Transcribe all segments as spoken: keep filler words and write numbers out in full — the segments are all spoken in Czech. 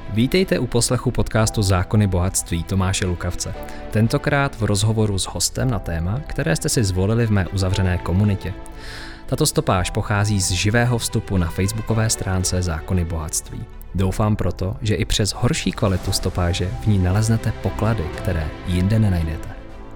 Vítejte u poslechu podcastu Zákony bohatství Tomáše Lukavce. Tentokrát v rozhovoru s hostem na téma, které jste si zvolili v mé uzavřené komunitě. Tato stopáž pochází z živého vstupu na facebookové stránce Zákony bohatství. Doufám proto, že i přes horší kvalitu stopáže v ní naleznete poklady, které jinde nenajdete.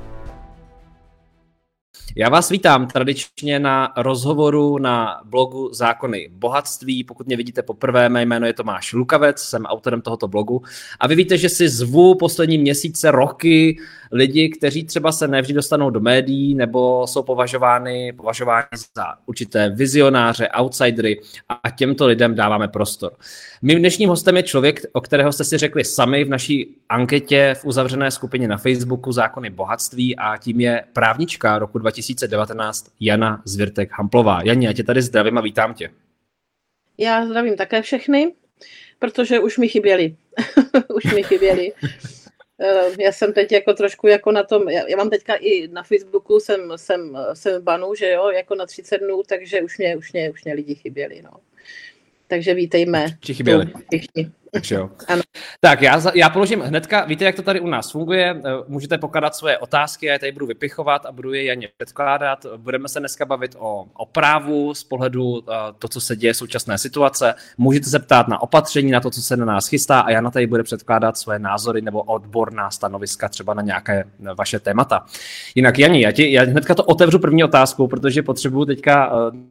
Já vás vítám tradičně na rozhovoru na blogu Zákony bohatství. Pokud mě vidíte poprvé, mé jméno je Tomáš Lukavec, jsem autorem tohoto blogu a vy víte, že si zvu poslední měsíce, roky lidi, kteří třeba se nevždy dostanou do médií nebo jsou považovány, považovány za určité vizionáře, outsidery a těmto lidem dáváme prostor. Mým dnešním hostem je člověk, o kterého jste si řekli sami v naší anketě v uzavřené skupině na Facebooku Zákony bohatství a tím je právnička roku dva tisíce devatenáct Jana Zwirtek-Hamplová. Jani, já tě tady zdravím a vítám tě. Já zdravím také všechny, protože už mi chyběli. už mi chyběli. Já jsem teď jako trošku jako na tom, já mám teďka i na Facebooku, jsem, jsem, jsem v banu, že jo, jako na třicet dnů, takže už mě, už mě, už mě lidi chyběli, no. Takže vítejme. Či chyběli. Jo. Ano. Tak já, já položím hnedka, víte, jak to tady u nás funguje, můžete pokládat svoje otázky, já je tady budu vypichovat a budu je Janě předkládat. Budeme se dneska bavit o, o právu z pohledu to, co se děje v současné situace. Můžete se ptát na opatření, na to, co se na nás chystá a Jana tady bude předkládat svoje názory nebo odborná stanoviska třeba na nějaké vaše témata. Jinak Jani, já, ti, já hnedka to otevřu první otázkou, protože potřebuju teďka...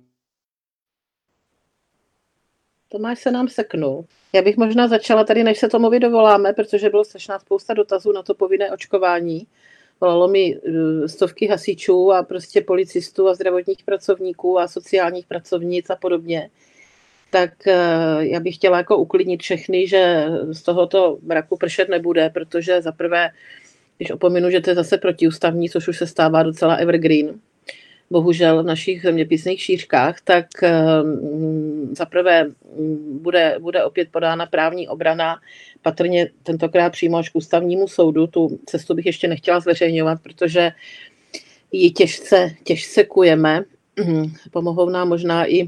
Tomáš se nám seknul. Já bych možná začala tady, než se tomu dovoláme, protože bylo strašná spousta dotazů na to povinné očkování. Volalo mi stovky hasičů a prostě policistů a zdravotních pracovníků a sociálních pracovnic a podobně. Tak já bych chtěla jako uklidnit všechny, že z tohoto mraku pršet nebude, protože za prvé, když opominu, že to je zase protiústavní, což už se stává docela evergreen, bohužel v našich zeměpisných šířkách, tak um, zaprvé bude, bude opět podána právní obrana, patrně tentokrát přímo až k ústavnímu soudu. Tu cestu bych ještě nechtěla zveřejňovat, protože ji těžce, těžce kujeme. Pomohou nám možná i,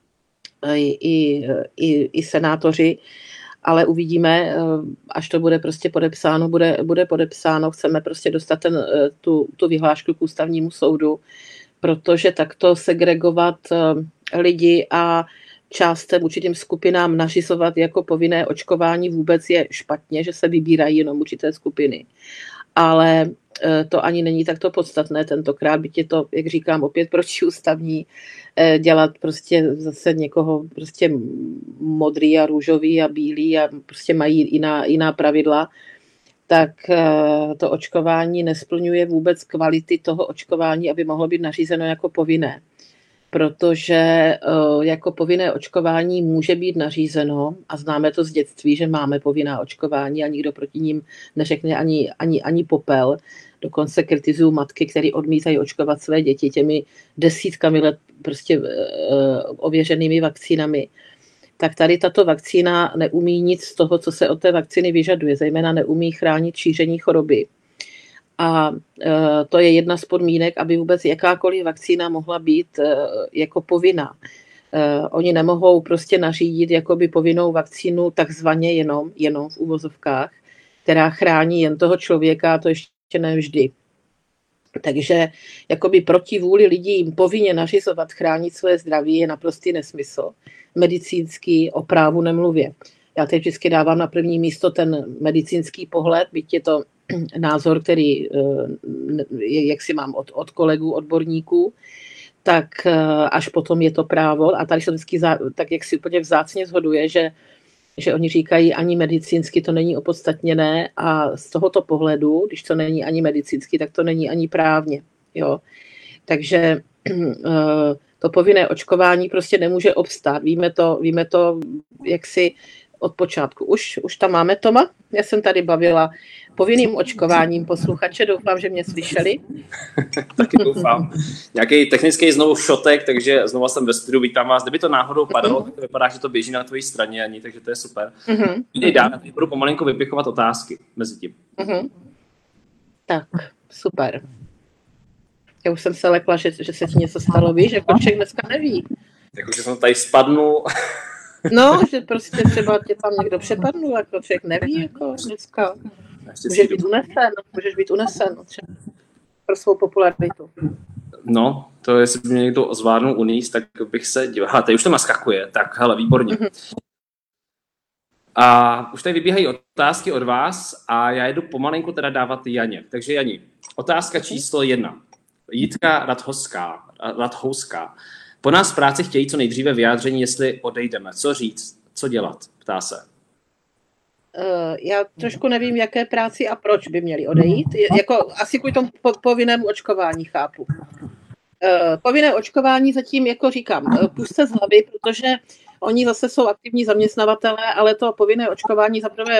i, i, i senátoři, ale uvidíme, až to bude prostě podepsáno, bude, bude podepsáno. Chceme prostě dostat ten, tu, tu vyhlášku k ústavnímu soudu, protože takto segregovat lidi a částem určitým skupinám nařizovat jako povinné očkování vůbec je špatně, že se vybírají jenom určité skupiny. Ale to ani není takto podstatné tentokrát, byť je to, jak říkám, opět protiústavní, dělat prostě zase někoho prostě modrý a růžový a bílý a prostě mají jiná, jiná pravidla, tak to očkování nesplňuje vůbec kvality toho očkování, aby mohlo být nařízeno jako povinné. Protože jako povinné očkování může být nařízeno, a známe to z dětství, že máme povinná očkování a nikdo proti ním neřekne ani, ani, ani popel. Dokonce kritizují matky, které odmítají očkovat své děti těmi desítkami let prostě ověřenými vakcínami. Tak tady tato vakcína neumí nic z toho, co se od té vakcíny vyžaduje, zejména neumí chránit šíření choroby. A e, to je jedna z podmínek, aby vůbec jakákoliv vakcína mohla být e, jako povinná. E, oni nemohou prostě nařídit jakoby povinnou vakcínu takzvaně jenom, jenom v uvozovkách, která chrání jen toho člověka, a to ještě ne vždy. Takže jakoby proti vůli lidí jim povinně nařizovat chránit své zdraví je naprostý nesmysl. Medicínský, o právu nemluvě. Já teď vždycky dávám na první místo ten medicínský pohled, byť je to názor, který jak si mám od, od kolegů, odborníků, tak až potom je to právo. A tady se vždycky tak jak si úplně vzácně shoduje, že, že oni říkají, ani medicínsky to není opodstatněné a z tohoto pohledu, když to není ani medicínsky, tak to není ani právně. Jo? Takže to povinné očkování prostě nemůže obstát. Víme to, víme to jaksi od počátku. Už, už tam máme Toma. Já jsem tady bavila povinným očkováním posluchače. Doufám, že mě slyšeli. Taky doufám. Nějaký technický znovu šotek, takže znovu jsem ve studiu, vítám vás. Kdyby to náhodou padalo, tak to vypadá, že to běží na tvojí straně, Ani, takže to je super. Uh-huh. Jdej dál, já budu pomalinku vypichovat otázky mezi tím. Uh-huh. Tak, super. Já už jsem se lekla, že, že se ti něco stalo, víš, že Koček dneska neví. Takže jsem tady spadnul. No, že prostě třeba tě tam někdo přepadnul, jako člověk neví, jako dneska. Můžeš být unesen, můžeš být unesen třeba pro svou popularitu. No, to jestli by mě někdo zvládnul uníst, tak bych se díval. Hele, tady už to naskakuje, tak hele, výborně. Mm-hmm. A už tady vybíhají otázky od vás a já jedu pomalinku teda dávat Janě. Takže Jani, otázka číslo jedna. Jitka Radhouská. Radhouská. Po nás v práci chtějí co nejdříve vyjádření, jestli odejdeme. Co říct? Co dělat? Ptá se. Uh, já trošku nevím, jaké práci a proč by měli odejít. Je, jako asi kvůli tomu po, povinnému očkování chápu. Uh, povinné očkování zatím, jako říkám, uh, pusťte z hlavy, protože oni zase jsou aktivní zaměstnavatelé, ale to povinné očkování zaprvé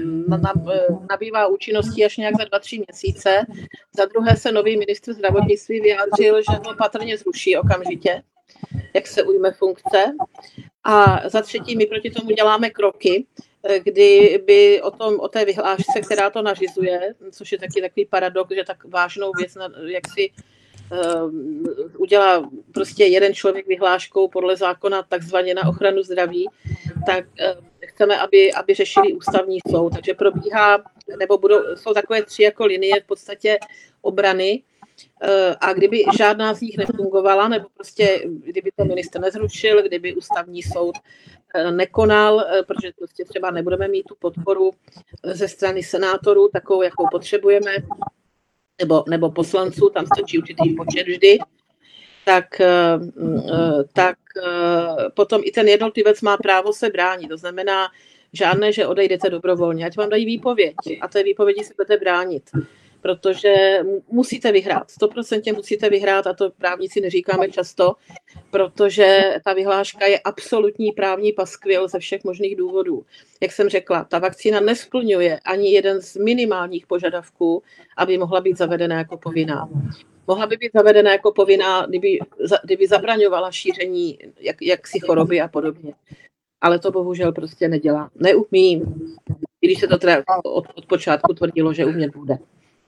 nabývá účinnosti až nějak za dva, tři měsíce. Za druhé se nový ministr zdravotnictví vyjádřil, že ho patrně zruší okamžitě, jak se ujme funkce. A za třetí my proti tomu děláme kroky, kdy by o, tom, o té vyhlášce, která to nařizuje, což je taky takový paradox, že tak vážnou věc, jak si uh, udělá prostě jeden člověk vyhláškou podle zákona takzvaně na ochranu zdraví, tak uh, chceme, aby, aby řešili ústavní soud. Takže probíhá, nebo budou, jsou takové tři jako linie v podstatě obrany. A kdyby žádná z nich nefungovala, nebo prostě kdyby to ministr nezrušil, kdyby ústavní soud nekonal, protože prostě třeba nebudeme mít tu podporu ze strany senátorů, takovou, jakou potřebujeme, nebo, nebo poslanců, tam stačí určitý počet vždy, tak, tak potom i ten jednotlivec má právo se bránit. To znamená žádné, že odejdete dobrovolně, ať vám dají výpověď a té výpovědi se budete bránit. Protože musíte vyhrát, sto procent musíte vyhrát a to právníci neříkáme často, protože ta vyhláška je absolutní právní paskvil ze všech možných důvodů. Jak jsem řekla, ta vakcína nesplňuje ani jeden z minimálních požadavků, aby mohla být zavedena jako povinná. Mohla by být zavedena jako povinná, kdyby, kdyby zabraňovala šíření jak, jaksi choroby a podobně. Ale to bohužel prostě nedělá. Neumím. I když se to teda od, od počátku tvrdilo, že umět bude.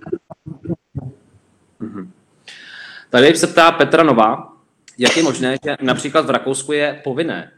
Tady se ptá Petra Nová, jak je možné, že například v Rakousku je povinné?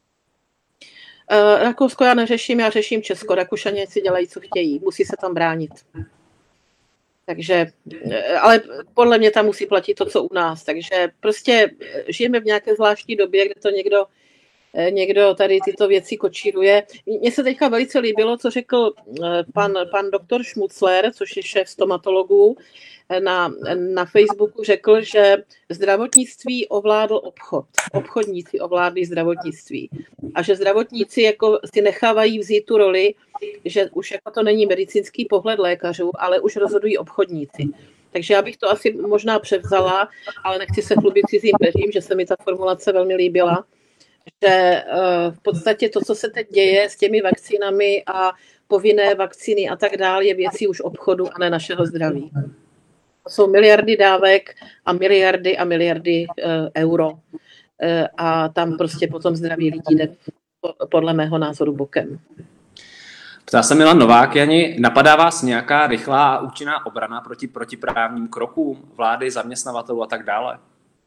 Uh, Rakousko já neřeším, já řeším Česko. Rakušani si dělají, co chtějí. Musí se tam bránit. Takže, ale podle mě tam musí platit to, co u nás. Takže prostě žijeme v nějaké zvláštní době, kde to někdo Někdo tady tyto věci kočíruje. Mně se teďka velice líbilo, co řekl pan, pan doktor Šmucler, což je šéf stomatologů, na, na Facebooku řekl, že zdravotnictví ovládl obchod. Obchodníci ovládli zdravotnictví. A že zdravotníci jako si nechávají vzít tu roli, že už jako to není medicínský pohled lékařů, ale už rozhodují obchodníci. Takže já bych to asi možná převzala, ale nechci se chlubit cizím peřím, že se mi ta formulace velmi líbila. Že v podstatě to, co se teď děje s těmi vakcínami a povinné vakcíny a tak dále, je věcí už obchodu a ne našeho zdraví. To jsou miliardy dávek a miliardy a miliardy euro. A tam prostě potom zdraví lidí jde podle mého názoru bokem. Ptá se Milan Novák, Jani, napadá vás nějaká rychlá a účinná obrana proti protiprávním krokům vlády, zaměstnavatelů a tak dále?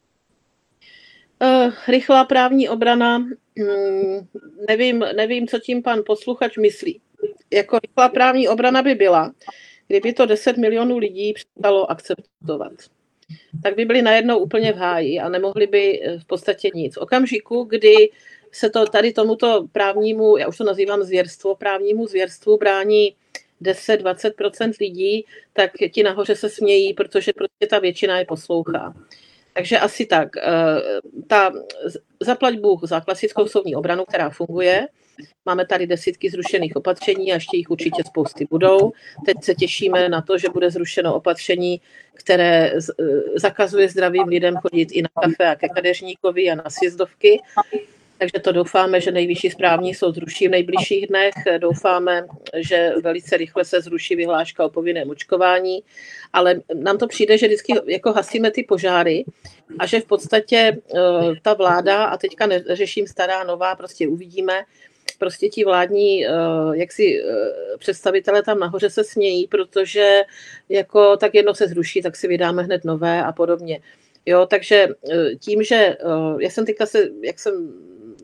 Uh, rychlá právní obrana, hmm, nevím, nevím, co tím pan posluchač myslí. Jako rychlá právní obrana by byla, kdyby to deset milionů lidí přestalo akceptovat. Tak by byli najednou úplně v háji a nemohli by v podstatě nic. V okamžiku, kdy se to tady tomuto právnímu, já už to nazývám zvěrstvo, právnímu zvěrstvu brání deset až dvacet procent lidí, tak ti nahoře se smějí, protože prostě ta většina je poslouchá. Takže asi tak. Ta, zaplať Bůh za klasickou soudní obranu, která funguje. Máme tady desítky zrušených opatření a ještě jich určitě spousty budou. Teď se těšíme na to, že bude zrušeno opatření, které zakazuje zdravým lidem chodit i na kafe a ke kadeřníkovi a na sjezdovky. Takže to doufáme, že nejvyšší správní soud zruší v nejbližších dnech. Doufáme, že velice rychle se zruší vyhláška o povinném očkování, ale nám to přijde, že vždycky jako hasíme ty požáry a že v podstatě ta vláda, a teďka neřeším stará, nová, prostě uvidíme, prostě ti vládní jaksi představitelé tam nahoře se smějí, protože jako tak jedno se zruší, tak si vydáme hned nové a podobně. Jo, takže tím, že já jsem teďka se, jak jsem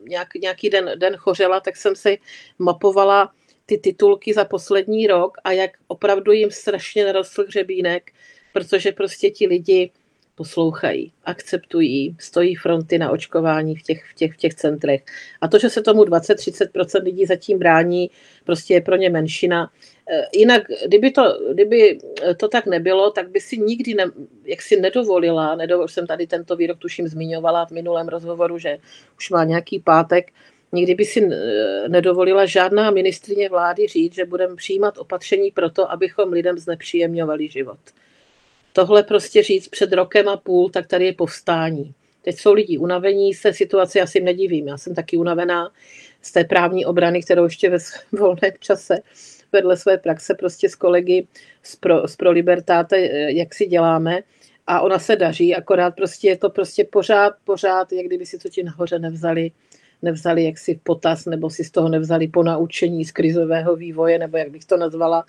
nějak, nějaký den, den chořela, tak jsem si mapovala ty titulky za poslední rok a jak opravdu jim strašně narostl hřebínek, protože prostě ti lidi poslouchají, akceptují, stojí fronty na očkování v těch, v těch, v těch centrech. A to, že se tomu dvacet až třicet procent lidí zatím brání, prostě je pro ně menšina. Jinak, kdyby to, kdyby to tak nebylo, tak by si nikdy ne, jak si nedovolila, nedovol, jsem tady tento výrok tuším zmiňovala v minulém rozhovoru, že už má nějaký pátek, nikdy by si nedovolila žádná ministryně vlády říct, že budeme přijímat opatření pro to, abychom lidem znepříjemňovali život. Tohle prostě říct před rokem a půl, tak tady je povstání. Teď jsou lidi unavení, z té situace já si nedivím. Já jsem taky unavená z té právní obrany, kterou ještě ve volném čase vedle své praxe prostě s kolegy z Pro, z Pro Libertate, jak si děláme. A ona se daří, akorát prostě je to prostě pořád, pořád, jak kdyby si to ti nahoře nevzali, nevzali jaksi v potaz, nebo si z toho nevzali po naučení z krizového vývoje, nebo jak bych to nazvala.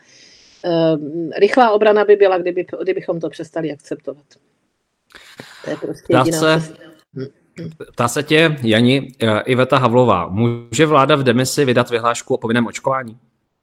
Rychlá obrana by byla, kdyby, kdybychom to přestali akceptovat. To je prostě jediná cesta. Ptá se tě, Jani, Iveta Havlová, může vláda v demisi vydat vyhlášku o povinném očkování?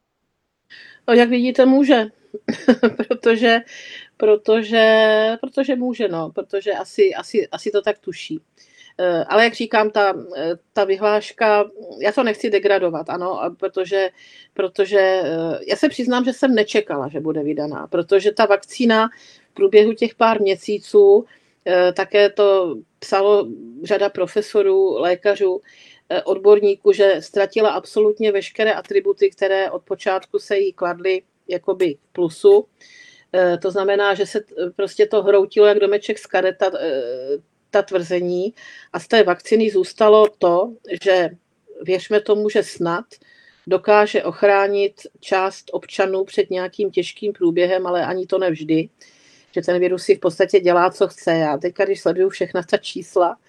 No, jak vidíte, může. protože, protože, protože může, no. Protože asi, asi, asi to tak tuší. Ale jak říkám, ta, ta vyhláška, já to nechci degradovat, ano, protože, protože já se přiznám, že jsem nečekala, že bude vydaná, protože ta vakcína v průběhu těch pár měsíců, také to psalo řada profesorů, lékařů, odborníků, že ztratila absolutně veškeré atributy, které od počátku se jí kladly jakoby k plusu. To znamená, že se prostě to hroutilo jak domeček z karet, ta, ta tvrzení, a z té vakcíny zůstalo to, že věřme tomu, že snad dokáže ochránit část občanů před nějakým těžkým průběhem, ale ani to nevždy, že ten virus si v podstatě dělá, co chce. Já teďka, když sleduju všechna ta čísla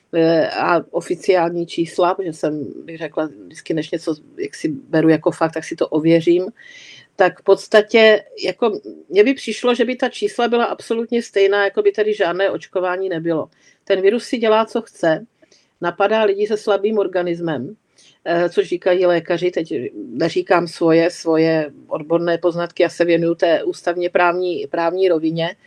a oficiální čísla, protože jsem, bych řekla, vždycky než něco, jak si beru jako fakt, tak si to ověřím, tak v podstatě, jako mně by přišlo, že by ta čísla byla absolutně stejná, jako by tady žádné očkování nebylo. Ten virus si dělá, co chce, napadá lidi se slabým organismem, což říkají lékaři, teď neříkám svoje, svoje odborné poznatky, já se věnuju té ústavně právní, právní rovině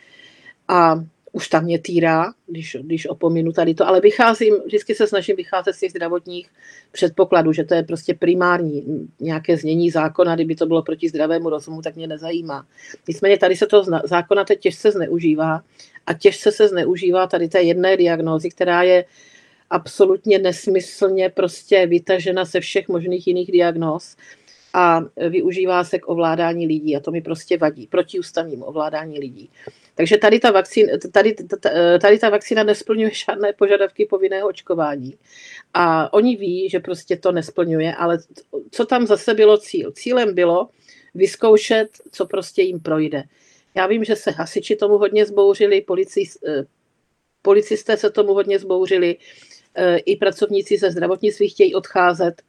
a už tam mě týrá, když, když opominu tady to, ale vycházím, vždycky se snažím vycházet z těch zdravotních předpokladů, že to je prostě primární nějaké znění zákona, kdyby to bylo proti zdravému rozumu, tak mě nezajímá. Nicméně tady se to zákona teď těžce zneužívá a těžce se zneužívá tady té jedné diagnózy, která je absolutně nesmyslně prostě vytažena ze všech možných jiných diagnóz a využívá se k ovládání lidí a to mi prostě vadí, protiústavnímu ovládání lidí. Takže tady ta, vakcín, tady, tady ta vakcína nesplňuje žádné požadavky povinného očkování. A oni ví, že prostě to nesplňuje, ale co tam zase bylo cíl? Cílem bylo vyzkoušet, co prostě jim projde. Já vím, že se hasiči tomu hodně zbouřili, policis, policisté se tomu hodně zbouřili, i pracovníci ze zdravotnictví chtějí odcházet.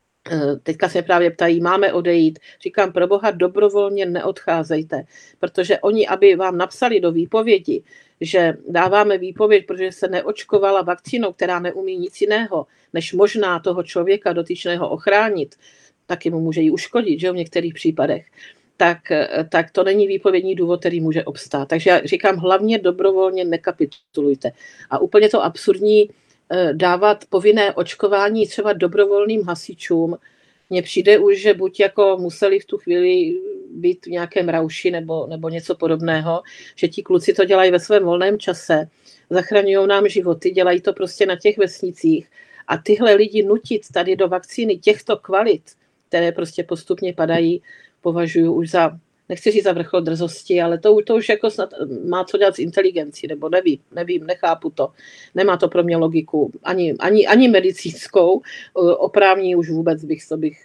Teďka se právě ptají, máme odejít. Říkám, pro boha, dobrovolně neodcházejte, protože oni, aby vám napsali do výpovědi, že dáváme výpověď, protože se neočkovala vakcínou, která neumí nic jiného, než možná toho člověka dotyčného ochránit, taky mu může ji uškodit, že v některých případech, tak, tak to není výpovědní důvod, který může obstát. Takže já říkám, hlavně dobrovolně nekapitulujte. A úplně to absurdní dávat povinné očkování třeba dobrovolným hasičům. Mně přijde už, že buď jako museli v tu chvíli být v nějakém rauši nebo, nebo něco podobného, že ti kluci to dělají ve svém volném čase, zachraňují nám životy, dělají to prostě na těch vesnicích a tyhle lidi nutit tady do vakcíny těchto kvalit, které prostě postupně padají, považuji už za, nechci říct za vrchol drzosti, ale to, to už jako snad má co dělat s inteligencí, nebo nevím, nevím, nechápu to. Nemá to pro mě logiku, ani, ani, ani medicínskou, oprávní už vůbec bych, to bych,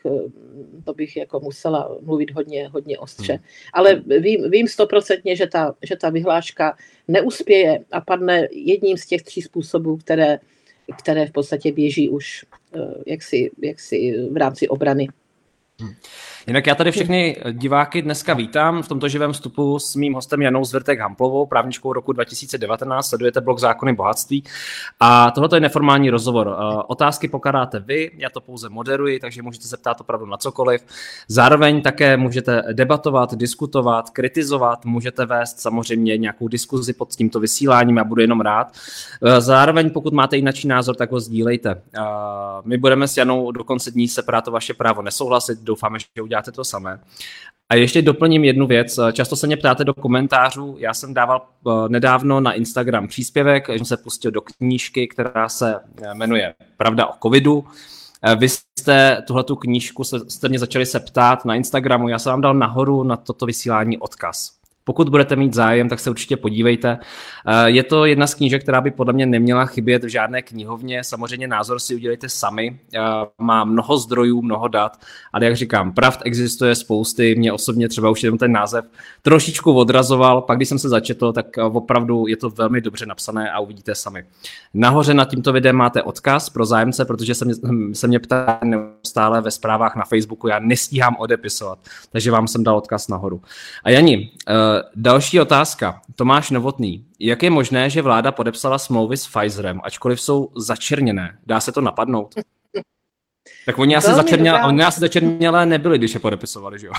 to bych jako musela mluvit hodně, hodně ostře. Ale vím, vím stoprocentně, že ta, že ta vyhláška neuspěje a padne jedním z těch tří způsobů, které, které v podstatě běží už jaksi, jaksi v rámci obrany. Jinak já tady všechny diváky dneska vítám v tomto živém vstupu s mým hostem Janou Zvrtek-Hamplovou, právničkou roku dva tisíce devatenáct, sledujete blog Zákony bohatství a tohle je neformální rozhovor. Otázky pokládáte vy, já to pouze moderuji, takže můžete se ptát opravdu na cokoliv. Zároveň také můžete debatovat, diskutovat, kritizovat, můžete vést samozřejmě nějakou diskuzi pod tímto vysíláním, já budu jenom rád. Zároveň pokud máte jiný názor, tak ho sdílejte. My budeme s Janou do konce dní separát to vaše právo nesouhlasit, doufáme, že uděláte to samé. A ještě doplním jednu věc. Často se mě ptáte do komentářů. Já jsem dával nedávno na Instagram příspěvek, že jsem se pustil do knížky, která se jmenuje Pravda o covidu. Vy jste tuhletu knížku, jste mě začali se ptát na Instagramu, já jsem vám dal nahoru na toto vysílání odkaz. Pokud budete mít zájem, tak se určitě podívejte. Je to jedna z knížek, která by podle mě neměla chybět v žádné knihovně. Samozřejmě názor si udělejte sami. Má mnoho zdrojů, mnoho dat, ale jak říkám, pravd existuje spousty. Mě osobně třeba už jenom ten název trošičku odrazoval. Pak, když jsem se začetl, tak opravdu je to velmi dobře napsané a uvidíte sami. Nahoře nad tímto videem máte odkaz pro zájemce, protože se mě, se mě ptá neustále ve zprávách na Facebooku. Já nestíhám odepisovat, takže vám jsem dal odkaz nahoru. A Jani, další otázka. Tomáš Novotný. Jak je možné, že vláda podepsala smlouvy s Pfizerem, ačkoliv jsou začerněné? Dá se to napadnout? Tak oni asi, začernělé, oni asi začernělé nebyli, když je podepisovali, že jo?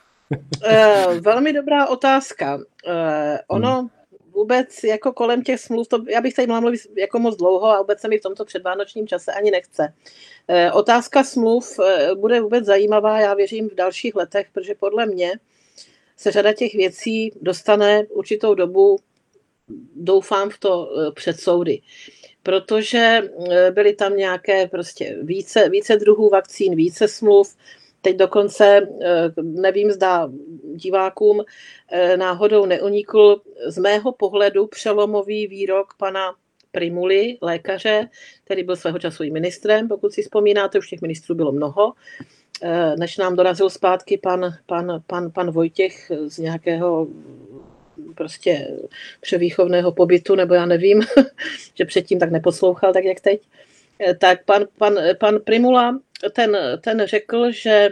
Uh, velmi dobrá otázka. Uh, ono hmm. vůbec jako kolem těch smluv, to, já bych tady měla mluvit jako moc dlouho a vůbec se mi v tomto předvánočním čase ani nechce. Uh, otázka smluv uh, bude vůbec zajímavá, já věřím v dalších letech, protože podle mě se řada těch věcí dostane určitou dobu, doufám v to, před soudy. Protože byly tam nějaké prostě více, více druhů vakcín, více smluv. Teď dokonce, nevím, zda divákům náhodou neunikl z mého pohledu přelomový výrok pana Prymuly, lékaře, který byl svého času i ministrem, pokud si vzpomínáte, už těch ministrů bylo mnoho, než nám dorazil zpátky pan, pan, pan, pan Vojtěch z nějakého prostě převýchovného pobytu, nebo já nevím, že předtím tak neposlouchal, tak jak teď, tak pan, pan, pan Prymula, ten, ten řekl, že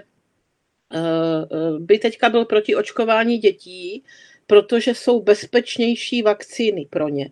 by teďka byl proti očkování dětí, protože jsou bezpečnější vakcíny pro ně.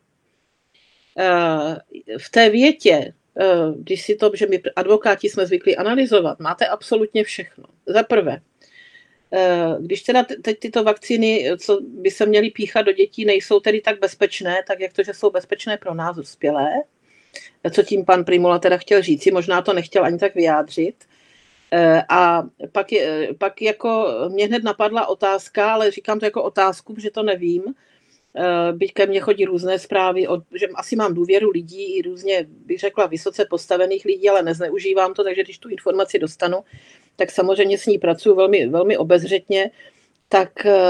V té větě, když si to, že my advokáti jsme zvyklí analyzovat, máte absolutně všechno. Za prvé, když teda teď tyto vakcíny, co by se měly píchat do dětí, nejsou tedy tak bezpečné, tak jak to, že jsou bezpečné pro nás dospělé, co tím pan Prymula teda chtěl říci, možná to nechtěl ani tak vyjádřit. A pak, je, pak jako mě hned napadla otázka, ale říkám to jako otázku, protože to nevím, byť ke mně chodí různé zprávy, že asi mám důvěru lidí, i různě bych řekla vysoce postavených lidí, ale nezneužívám to, takže když tu informaci dostanu, tak samozřejmě s ní pracuji velmi, velmi obezřetně, tak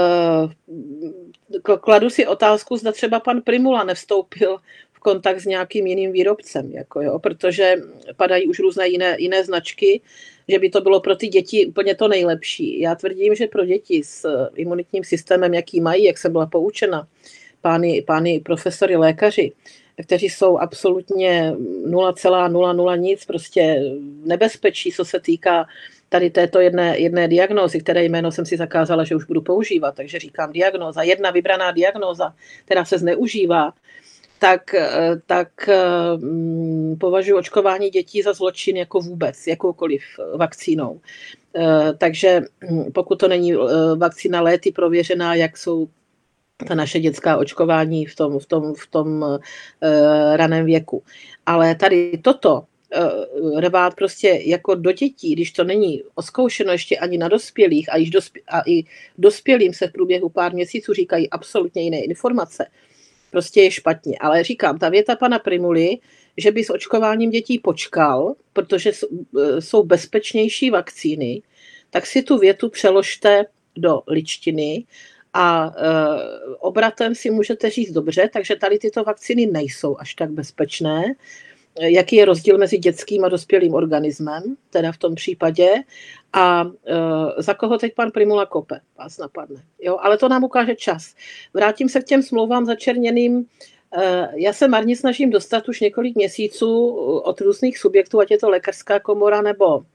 kladu si otázku, zda třeba pan Prymula nevstoupil v kontakt s nějakým jiným výrobcem, jako jo, protože padají už různé jiné, jiné značky, že by to bylo pro ty děti úplně to nejlepší. Já tvrdím, že pro děti s imunitním systémem, jaký mají, jak jsem byla poučena, pány, pány profesory, lékaři, kteří jsou absolutně nula celá nula nula nic, prostě nebezpečí, co se týká tady této jedné, jedné diagnózy, které jméno jsem si zakázala, že už budu používat, takže říkám diagnóza, jedna vybraná diagnóza, která se zneužívá, tak, tak um, považuji očkování dětí za zločin jako vůbec, jakoukoliv vakcínou. Uh, takže pokud to není uh, vakcína léty prověřená, jak jsou ta naše dětská očkování v tom, v tom, v tom uh, raném věku. Ale tady toto uh, rvát prostě jako do dětí, když to není oskoušeno ještě ani na dospělých a, již dospě- a i dospělým se v průběhu pár měsíců říkají absolutně jiné informace, prostě je špatně. Ale říkám, ta věta pana Prymuly, že by s očkováním dětí počkal, protože jsou bezpečnější vakcíny, tak si tu větu přeložte do ličtiny a e, obratem si můžete říct dobře, takže tady tyto vakcíny nejsou až tak bezpečné. Jaký je rozdíl mezi dětským a dospělým organismem, teda v tom případě, a e, za koho teď pan Prymula kope, vás napadne. Jo? Ale to nám ukáže čas. Vrátím se k těm smlouvám začerněným. E, já se marně snažím dostat už několik měsíců od různých subjektů, ať je to lékařská komora nebo,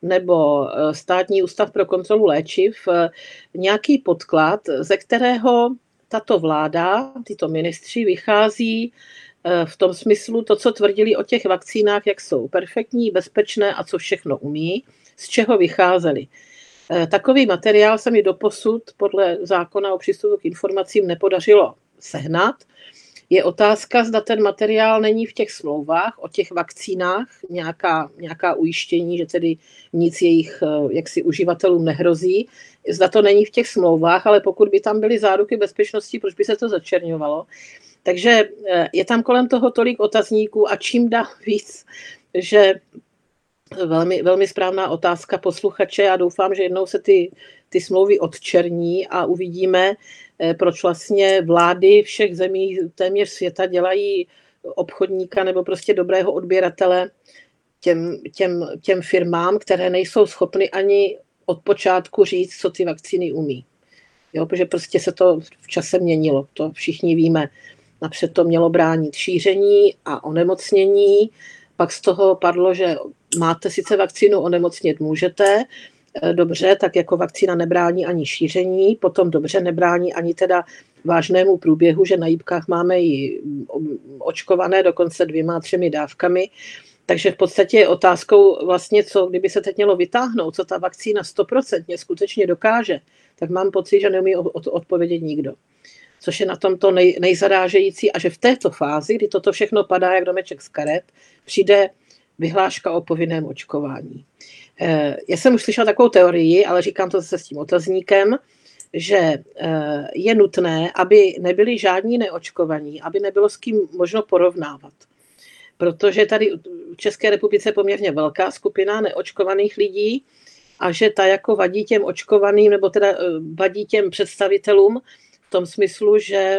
nebo Státní ústav pro kontrolu léčiv nějaký podklad, ze kterého tato vláda, tyto ministři vychází v tom smyslu to, co tvrdili o těch vakcínách, jak jsou perfektní, bezpečné a co všechno umí, z čeho vycházeli. Takový materiál se mi doposud podle zákona o přístupu k informacím nepodařilo sehnat. Je otázka, zda ten materiál není v těch smlouvách o těch vakcínách, nějaká, nějaká ujištění, že tedy nic jejich jaksi uživatelům nehrozí. Zda to není v těch smlouvách, ale pokud by tam byly záruky bezpečnosti, proč by se to začerňovalo? Takže je tam kolem toho tolik otazníků a čím dál víc, že velmi, velmi správná otázka posluchače. Já doufám, že jednou se ty, ty smlouvy odčerní a uvidíme, proč vlastně vlády všech zemí téměř světa dělají obchodníka nebo prostě dobrého odběratele těm, těm, těm firmám, které nejsou schopny ani od počátku říct, co ty vakcíny umí. Jo, protože prostě se to v čase měnilo, to všichni víme. Napřed to mělo bránit šíření a onemocnění, pak z toho padlo, že máte sice vakcínu, onemocnět můžete, dobře, tak jako vakcína nebrání ani šíření, potom dobře nebrání ani teda vážnému průběhu, že na jípkách máme i očkované dokonce dvěma, třemi dávkami. Takže v podstatě je otázkou vlastně, co kdyby se teď mělo vytáhnout, co ta vakcína stoprocentně skutečně dokáže, tak mám pocit, že neumí odpovědět nikdo. Což je na tom to nej, nejzarážející a že v této fázi, kdy toto všechno padá jak domeček z karet, přijde vyhláška o povinném očkování. Já jsem už slyšela takovou teorii, ale říkám to zase s tím otazníkem, že je nutné, aby nebyli žádní neočkovaní, aby nebylo s kým možno porovnávat. Protože tady v České republice je poměrně velká skupina neočkovaných lidí a že ta jako vadí těm očkovaným, nebo teda vadí těm představitelům v tom smyslu, že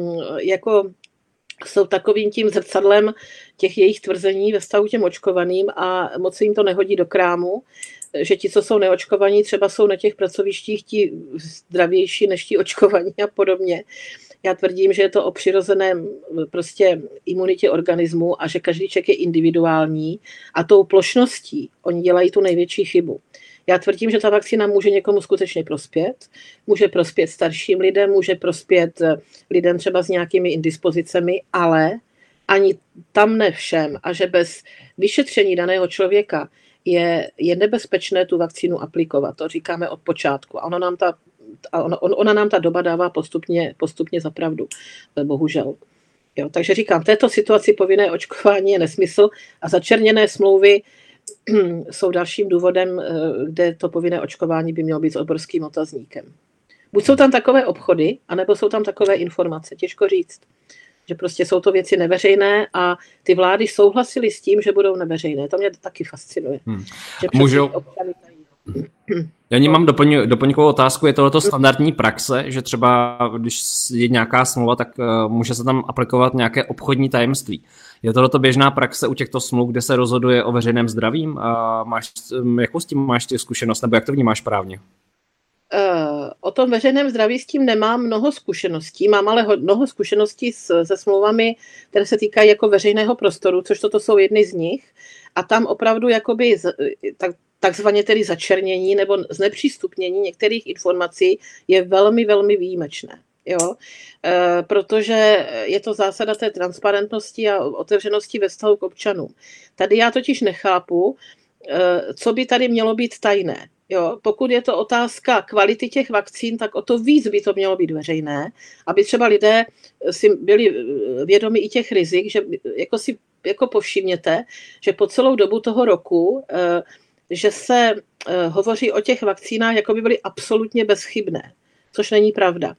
jako jsou takovým tím zrcadlem těch jejich tvrzení ve vztahu těm očkovaným a moc se jim to nehodí do krámu, že ti, co jsou neočkovaní, třeba jsou na těch pracovištích ti zdravější než ti očkovaní a podobně. Já tvrdím, že je to o přirozeném prostě imunitě organismu a že každý člověk je individuální a tou plošností oni dělají tu největší chybu. Já tvrdím, že ta vakcína může někomu skutečně prospět, může prospět starším lidem, může prospět lidem třeba s nějakými indispozicemi, ale ani tam ne všem a že bez vyšetření daného člověka je, je nebezpečné tu vakcínu aplikovat. To říkáme od počátku a ona nám ta, ona, ona nám ta doba dává postupně, postupně za pravdu, bohužel. Jo, takže říkám, v této situaci povinné očkování je nesmysl a začerněné smlouvy jsou dalším důvodem, kde to povinné očkování by mělo být s obrovským otazníkem. Buď jsou tam takové obchody, anebo jsou tam takové informace, těžko říct. Že prostě jsou to věci neveřejné a ty vlády souhlasily s tím, že budou neveřejné. To mě taky fascinuje. Hmm. Že Můžou... Já ní mám doplň, doplňkovou otázku. Je tohleto standardní praxe, že třeba když je nějaká smlouva, tak uh, může se tam aplikovat nějaké obchodní tajemství. Je tohleto běžná praxe u těchto smluv, kde se rozhoduje o veřejném zdravím? A máš, jakou s tím máš ty zkušenost, nebo jak to vnímáš právně? Uh, o tom veřejném zdraví s tím nemám mnoho zkušeností, mám ale ho, mnoho zkušeností s, se smlouvami, které se týkají jako veřejného prostoru, což toto jsou jedny z nich. A tam opravdu jakoby z, tak, takzvaně tedy začernění nebo znepřístupnění některých informací je velmi, velmi výjimečné. Jo? E, protože je to zásada té transparentnosti a otevřenosti ve vztahu k občanům. Tady já totiž nechápu, e, co by tady mělo být tajné. Jo, pokud je to otázka kvality těch vakcín, tak o to víc by to mělo být veřejné, aby třeba lidé si byli vědomi i těch rizik, že jako si jako povšimněte, že po celou dobu toho roku, že se hovoří o těch vakcínách, jako by byly absolutně bezchybné, což není pravda.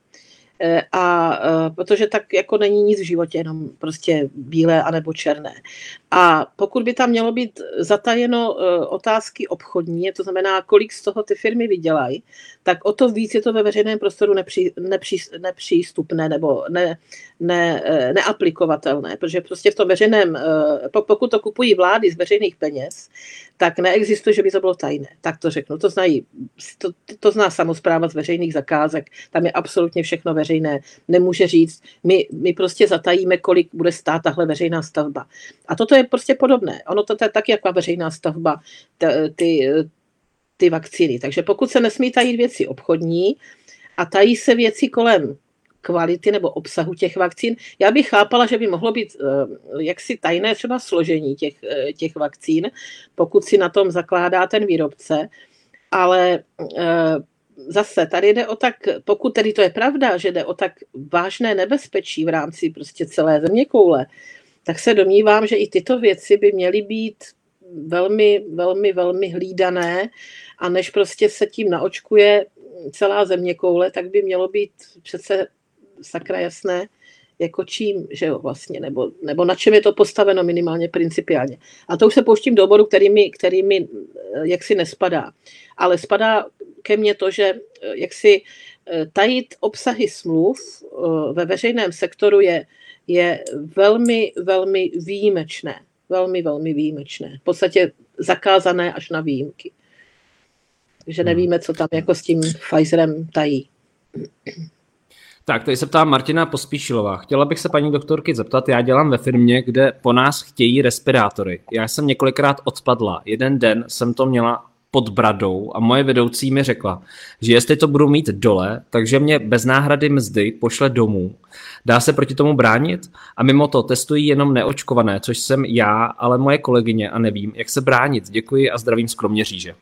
A protože tak jako není nic v životě, jenom prostě bílé anebo černé. A pokud by tam mělo být zatajeno otázky obchodní, to znamená, kolik z toho ty firmy vydělají, tak o to víc je to ve veřejném prostoru nepří, nepří, nepřístupné nebo ne, ne, neaplikovatelné, protože prostě v tom veřejném, pokud to kupují vlády z veřejných peněz, tak neexistuje, že by to bylo tajné. Tak to řeknu. To, znají, to, to zná samospráva z veřejných zakázek. Tam je absolutně všechno veřejné. Nemůže říct, my, my prostě zatajíme, kolik bude stát tahle veřejná stavba. A toto je prostě podobné. Ono to je taky jako veřejná stavba. Ty, ty, ty vakcíny. Takže pokud se nesmí tajit věci obchodní a tají se věci kolem kvality nebo obsahu těch vakcín, já bych chápala, že by mohlo být jaksi tajné třeba složení těch, těch vakcín, pokud si na tom zakládá ten výrobce, ale zase tady jde o tak, pokud tedy to je pravda, že jde o tak vážné nebezpečí v rámci prostě celé zeměkoule, tak se domnívám, že i tyto věci by měly být velmi, velmi, velmi hlídané a než prostě se tím naočkuje celá zeměkoule, tak by mělo být přece sakra jasné, jako čím, že jo, vlastně, nebo, nebo na čem je to postaveno minimálně principiálně. A to už se pouštím do oboru, který mi, který mi jaksi nespadá. Ale spadá ke mně to, že jaksi tajit obsahy smluv ve veřejném sektoru je, je velmi, velmi výjimečné. Velmi, velmi výjimečné. V podstatě zakázané až na výjimky. Takže nevíme, co tam jako s tím Pfizerem tají. Tak, tady se ptá Martina Pospíšilová. Chtěla bych se paní doktorky zeptat, já dělám ve firmě, kde po nás chtějí respirátory. Já jsem několikrát odpadla. Jeden den jsem to měla pod bradou a moje vedoucí mi řekla, že jestli to budu mít dole, takže mě bez náhrady mzdy pošle domů. Dá se proti tomu bránit? A mimo to testují jenom neočkované, což jsem já, ale moje kolegyně a nevím, jak se bránit. Děkuji a zdravím z Kroměříže.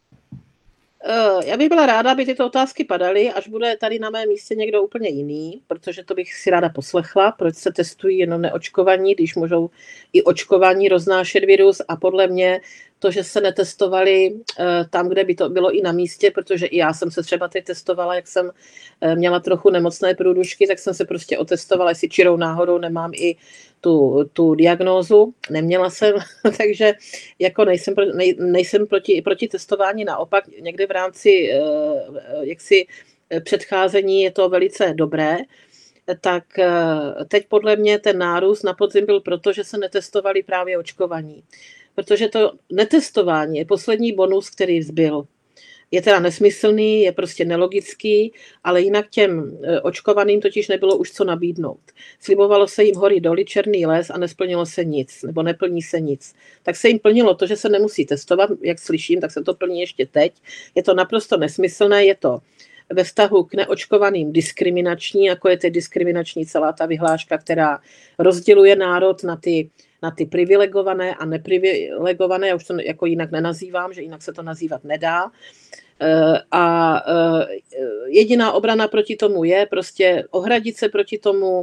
Já bych byla ráda, aby tyto otázky padaly, až bude tady na mém místě někdo úplně jiný, protože to bych si ráda poslechla, proč se testují jenom neočkovaní, když můžou i očkovaní roznášet virus a podle mě to, že se netestovali tam, kde by to bylo i na místě, protože i já jsem se třeba teď testovala, jak jsem měla trochu nemocné průdušky, tak jsem se prostě otestovala, jestli čirou náhodou nemám i tu, tu diagnózu. Neměla jsem, takže jako nejsem, nej, nejsem proti, proti testování, naopak někde v rámci jaksi předcházení je to velice dobré. Tak teď podle mě ten nárůst na podzim byl proto, že se netestovali právě očkovaní. Protože to netestování je poslední bonus, který zbyl. Je teda nesmyslný, je prostě nelogický, ale jinak těm očkovaným totiž nebylo už co nabídnout. Slibovalo se jim hory doly, černý les a nesplnilo se nic, nebo neplní se nic. Tak se jim plnilo to, že se nemusí testovat, jak slyším, tak se to plní ještě teď. Je to naprosto nesmyslné, je to ve vztahu k neočkovaným diskriminační, jako je teď diskriminační celá ta vyhláška, která rozděluje národ na ty na ty privilegované a neprivilegované, já už to jako jinak nenazývám, že jinak se to nazývat nedá. A jediná obrana proti tomu je prostě ohradit se proti tomu.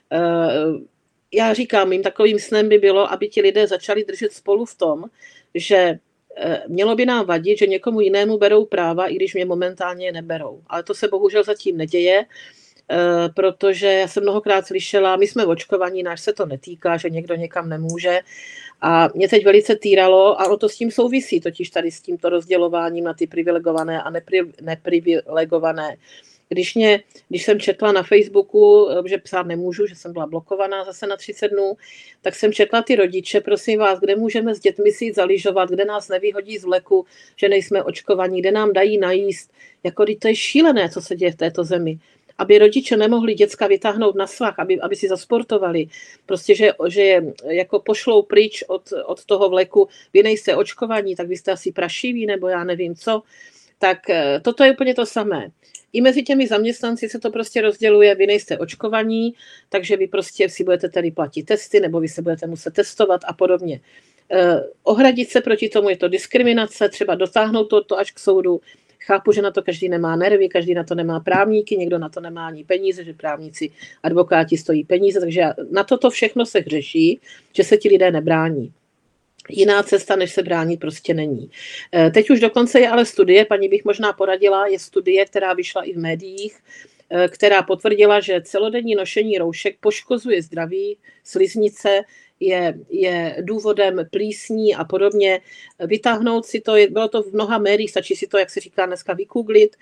Já říkám, mým takovým snem by bylo, aby ti lidé začali držet spolu v tom, že mělo by nám vadit, že někomu jinému berou práva, i když mě momentálně neberou. Ale to se bohužel zatím neděje, protože já jsem mnohokrát slyšela, my jsme očkovaní, náš se to netýká, že někdo někam nemůže. A mě teď velice týralo, a ono to s tím souvisí, totiž tady s tímto rozdělováním na ty privilegované a nepri, neprivilegované. Když, mě, když jsem četla na Facebooku, že psát nemůžu, že jsem byla blokovaná zase na třicet dnů, tak jsem četla ty rodiče, prosím vás, kde můžeme s dětmi si jít zaližovat, kde nás nevyhodí z vleku, že nejsme očkovaní, kde nám dají najíst. Jako to je šílené, co se děje v této zemi. Aby rodiče nemohli děcka vytáhnout na svah, aby, aby si zasportovali. Prostě, že, že je jako pošlou pryč od, od toho vleku, vy nejste očkovaní, tak vy jste asi prašiví, nebo já nevím co. Tak toto je úplně to samé. I mezi těmi zaměstnanci se to prostě rozděluje, vy nejste očkovaní, takže vy prostě si budete tady platit testy, nebo vy se budete muset testovat a podobně. Eh, ohradit se proti tomu je to diskriminace, třeba dotáhnout to, to až k soudu. Chápu, že na to každý nemá nervy, každý na to nemá právníky, někdo na to nemá ani peníze, že právníci, advokáti stojí peníze, takže na toto všechno se řeší, že se ti lidé nebrání. Jiná cesta, než se bránit, prostě není. Teď už dokonce je ale studie, paní bych možná poradila, je studie, která vyšla i v médiích, která potvrdila, že celodenní nošení roušek poškozuje zdraví, sliznice, je, je důvodem plísní a podobně. Vytáhnout si to, bylo to v mnoha médiích, stačí si to, jak se říká dneska, vygooglit,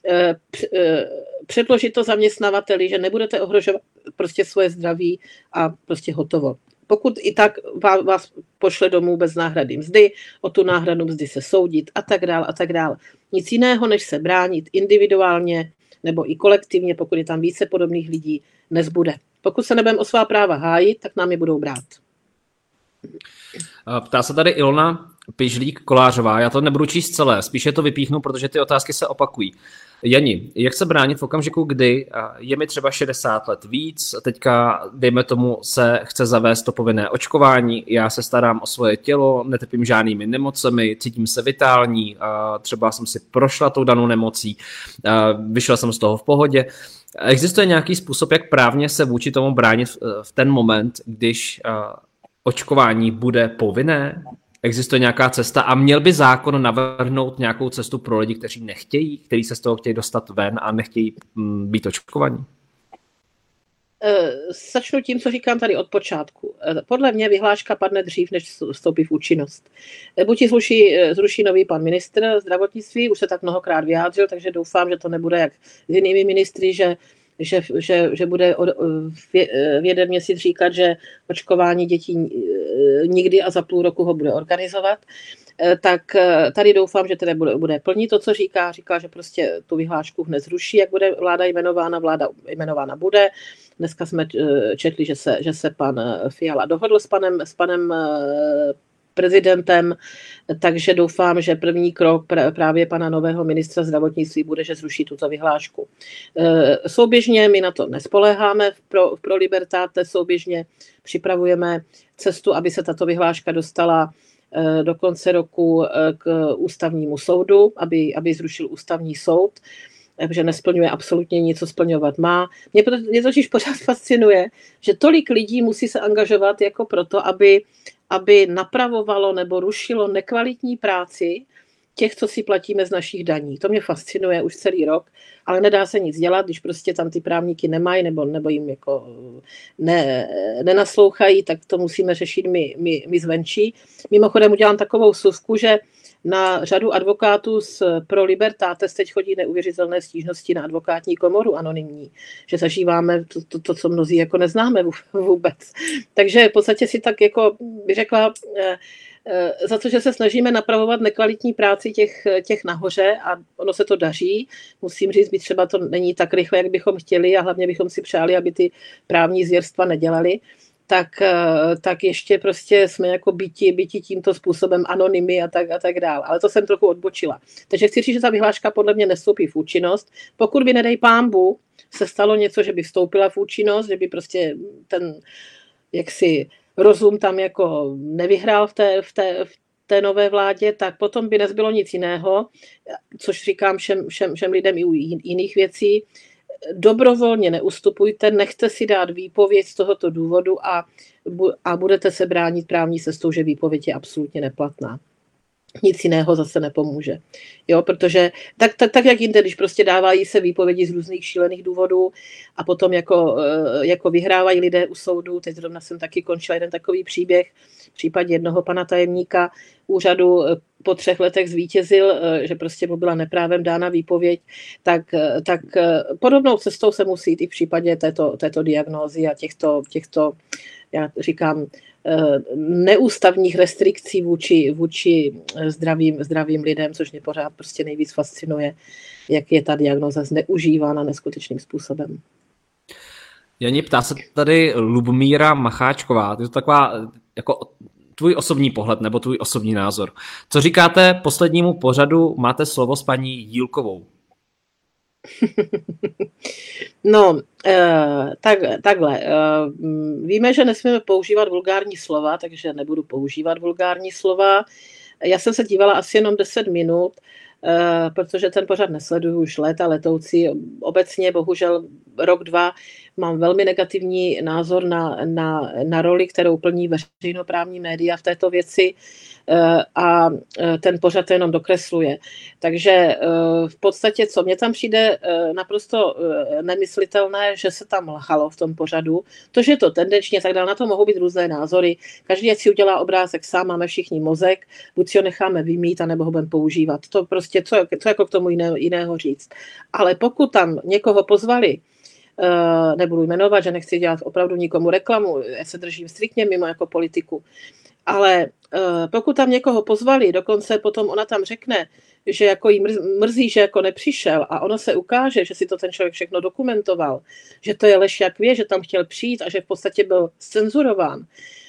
předložit to zaměstnavateli, že nebudete ohrožovat prostě svoje zdraví a prostě hotovo. Pokud i tak vás pošle domů bez náhrady mzdy, o tu náhradu mzdy se soudit a tak dál a tak dál. Nic jiného, než se bránit individuálně nebo i kolektivně, pokud je tam více podobných lidí, nezbude. Pokud se nebudeme o svá práva hájit, tak nám je budou brát. Ptá se tady Ilona, Pižlík, Kolářová. Já to nebudu číst celé, spíše to vypíchnu, protože ty otázky se opakují. Jani, jak se bránit v okamžiku, kdy je mi třeba šedesát let víc, teďka, dejme tomu, se chce zavést to povinné očkování, já se starám o svoje tělo, netrpím žádnými nemocemi, cítím se vitální, třeba jsem si prošla tou danou nemocí, vyšla jsem z toho v pohodě. Existuje nějaký způsob, jak právně se vůči tomu bránit v ten moment, když očkování bude povinné? Existuje nějaká cesta a měl by zákon navrhnout nějakou cestu pro lidi, kteří nechtějí, kteří se z toho chtějí dostat ven a nechtějí být očkovaní? Začnu tím, co říkám tady od počátku. Podle mě vyhláška padne dřív, než vstoupí v účinnost. Buď ji zruší, zruší nový pan ministr zdravotnictví, už se tak mnohokrát vyjádřil, takže doufám, že to nebude jak s jinými ministry, že Že, že, že bude v jeden měsíc říkat, že očkování dětí nikdy a za půl roku ho bude organizovat, tak tady doufám, že tedy bude, bude plnit to, co říká. Říká, že prostě tu vyhlášku hned zruší, jak bude vláda jmenována. Vláda jmenována bude. Dneska jsme četli, že se, že se pan Fiala dohodl s panem, s panem prezidentem, takže doufám, že první krok právě pana nového ministra zdravotnictví bude, že zruší tuto vyhlášku. Souběžně my na to nespoléháme pro, pro Libertate, souběžně připravujeme cestu, aby se tato vyhláška dostala do konce roku k ústavnímu soudu, aby, aby zrušil ústavní soud, že nesplňuje absolutně nic, co splňovat má. Mě, mě totiž pořád fascinuje, že tolik lidí musí se angažovat jako proto, aby aby napravovalo nebo rušilo nekvalitní práci těch, co si platíme z našich daní. To mě fascinuje už celý rok, ale nedá se nic dělat, když prostě tam ty právníky nemají nebo, nebo jim jako ne, nenaslouchají, tak to musíme řešit my, my, my zvenčí. Mimochodem udělám takovou suvku, že na řadu advokátů z Pro Libertates teď chodí neuvěřitelné stížnosti na advokátní komoru anonymní, že zažíváme to, to, to co mnozí jako neznáme vůbec. Takže v podstatě si tak jako bych řekla, za to, že se snažíme napravovat nekvalitní práci těch, těch nahoře a ono se to daří. Musím říct, že třeba to není tak rychle, jak bychom chtěli a hlavně bychom si přáli, aby ty právní zvěrstva nedělali. Tak, tak ještě prostě jsme jako byti, byti tímto způsobem anonymy a tak, a tak dál. Ale to jsem trochu odbočila. Takže chci říct, že ta vyhláška podle mě nestoupí v účinnost. Pokud by, nedej pánbu, se stalo něco, že by vstoupila v účinnost, že by prostě ten jaksi rozum tam jako nevyhrál v té, v té, v té nové vládě, tak potom by nezbylo nic jiného, což říkám všem, všem, všem lidem i u jiných věcí. Dobrovolně neustupujte, nechte si dát výpověď z tohoto důvodu a, a budete se bránit právní cestou, že výpověď je absolutně neplatná. Nic jiného zase nepomůže. Jo, protože tak, tak, tak jak jinde, když prostě dávají se výpovědi z různých šílených důvodů a potom jako, jako vyhrávají lidé u soudu. Teď zrovna jsem taky končila jeden takový příběh v případě jednoho pana tajemníka úřadu po třech letech zvítězil, že prostě mu byla neprávem dána výpověď, tak, tak podobnou cestou se musí jít i v případě této, této diagnózy a těchto, těchto, já říkám, neústavních restrikcí vůči, vůči zdravým, zdravým lidem, což mě pořád prostě nejvíc fascinuje, jak je ta diagnóza zneužívána neskutečným způsobem. Jani, ptá se tady Lubomíra Macháčková, je to taková jako tvůj osobní pohled nebo tvůj osobní názor. Co říkáte poslednímu pořadu? Máte slovo s paní Jílkovou. No, tak, takhle. Víme, že nesmíme používat vulgární slova, takže nebudu používat vulgární slova. Já jsem se dívala asi jenom deset minut, protože ten pořad nesleduju už léta letoucí. Obecně, bohužel, rok, dva mám velmi negativní názor na, na, na roli, kterou plní veřejnoprávní média v této věci a ten pořad to jenom dokresluje. Takže v podstatě, co mně tam přijde naprosto nemyslitelné, že se tam lhalo v tom pořadu, to, že je to tendenčně, tak dále, na to mohou být různé názory. Každý si udělá obrázek sám, máme všichni mozek, buď si ho necháme vymít, anebo ho budeme používat. To prostě, co, co jako k tomu jiného, jiného říct. Ale pokud tam někoho pozvali, Uh, nebudu jmenovat, že nechci dělat opravdu nikomu reklamu, já se držím striktně mimo jako politiku, ale uh, pokud tam někoho pozvali, dokonce potom ona tam řekne, že jako jí mrzí, že jako nepřišel a ono se ukáže, že si to ten člověk všechno dokumentoval, že to je lež jak vě, že tam chtěl přijít a že v podstatě byl cenzurován,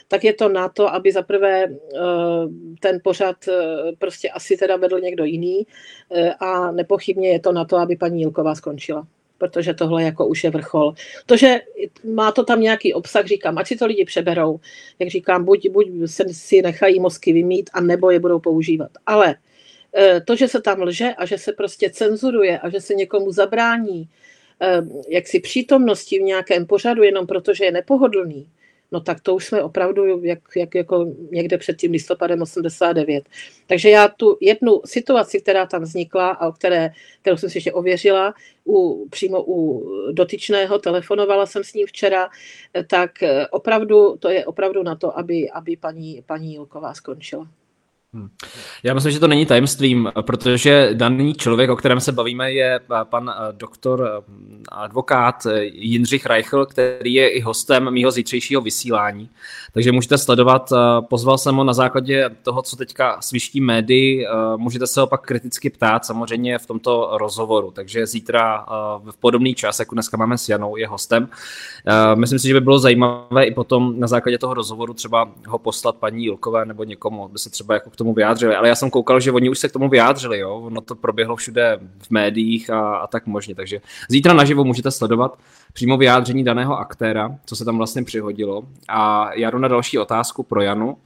tak je to na to, aby zaprvé ten pořad prostě asi teda vedl někdo jiný a nepochybně je to na to, aby paní Jílková skončila. Protože tohle jako už je vrchol. To, že má to tam nějaký obsah, říkám, ať si to lidi přeberou, jak říkám, buď, buď se si nechají mozky vymít, a nebo je budou používat. Ale to, že se tam lže a že se prostě cenzuruje a že se někomu zabrání jaksi přítomnosti v nějakém pořadu jenom protože je nepohodlný, no tak to už jsme opravdu jak, jak jako někde před tím listopadem osmdesát devět. Takže já tu jednu situaci, která tam vznikla a o které, kterou jsem si ještě ověřila, u, přímo u dotyčného, telefonovala jsem s ním včera, tak opravdu to je opravdu na to, aby, aby paní, paní Jílková skončila. Já myslím, že to není tajemstvím, protože daný člověk, o kterém se bavíme, je pan doktor advokát Jindřich Reichl, který je i hostem mýho zítřejšího vysílání. Takže můžete sledovat, pozval jsem ho na základě toho, co teďka sviští médii, můžete se ho pak kriticky ptát samozřejmě v tomto rozhovoru. Takže zítra v podobný čas, jako dneska máme s Janou, je hostem. Myslím si, že by bylo zajímavé i potom na základě toho rozhovoru třeba ho poslat paní Jílkové nebo někomu, aby se třeba jako k tomu vyjádřili, ale já jsem koukal, že oni už se k tomu vyjádřili, jo? Ono to proběhlo všude v médiích a, a tak možně, takže zítra naživo můžete sledovat přímo vyjádření daného aktéra, co se tam vlastně přihodilo. A já jdu na další otázku pro Janu.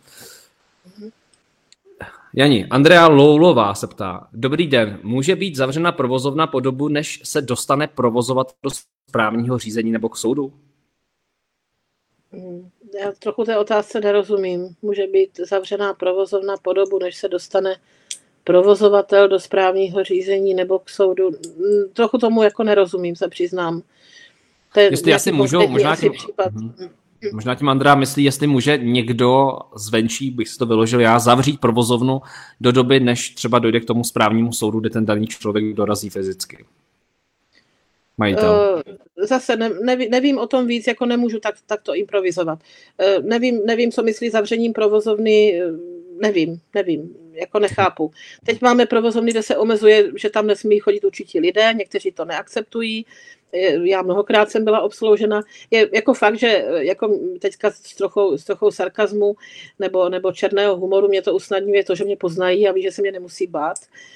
Jani, Andrea Loulová se ptá, dobrý den, může být zavřena provozovna po dobu, než se dostane provozovat do správního řízení nebo k soudu? Já trochu té otázce nerozumím. Může být zavřená provozovna po dobu, než se dostane provozovatel do správního řízení nebo k soudu. Trochu tomu jako nerozumím, se přiznám. To je, jestli asi můžu, možná tím, možná tím Andrea myslí, jestli může někdo zvenčí, bych si to vyložil já, zavřít provozovnu do doby, než třeba dojde k tomu správnímu soudu, kde ten daný člověk dorazí fyzicky. Majitel. Zase ne, nevím, nevím o tom víc, jako nemůžu tak, tak to improvizovat. Nevím, nevím, co myslí zavřením provozovny, nevím, nevím, jako nechápu. Teď máme provozovny, kde se omezuje, že tam nesmí chodit určití lidé, někteří to neakceptují, já mnohokrát jsem byla obsloužena. Je jako fakt, že jako teďka s trochou, s trochou sarkazmu nebo, nebo černého humoru mě to usnadňuje to, že mě poznají a ví, že se mě nemusí bát.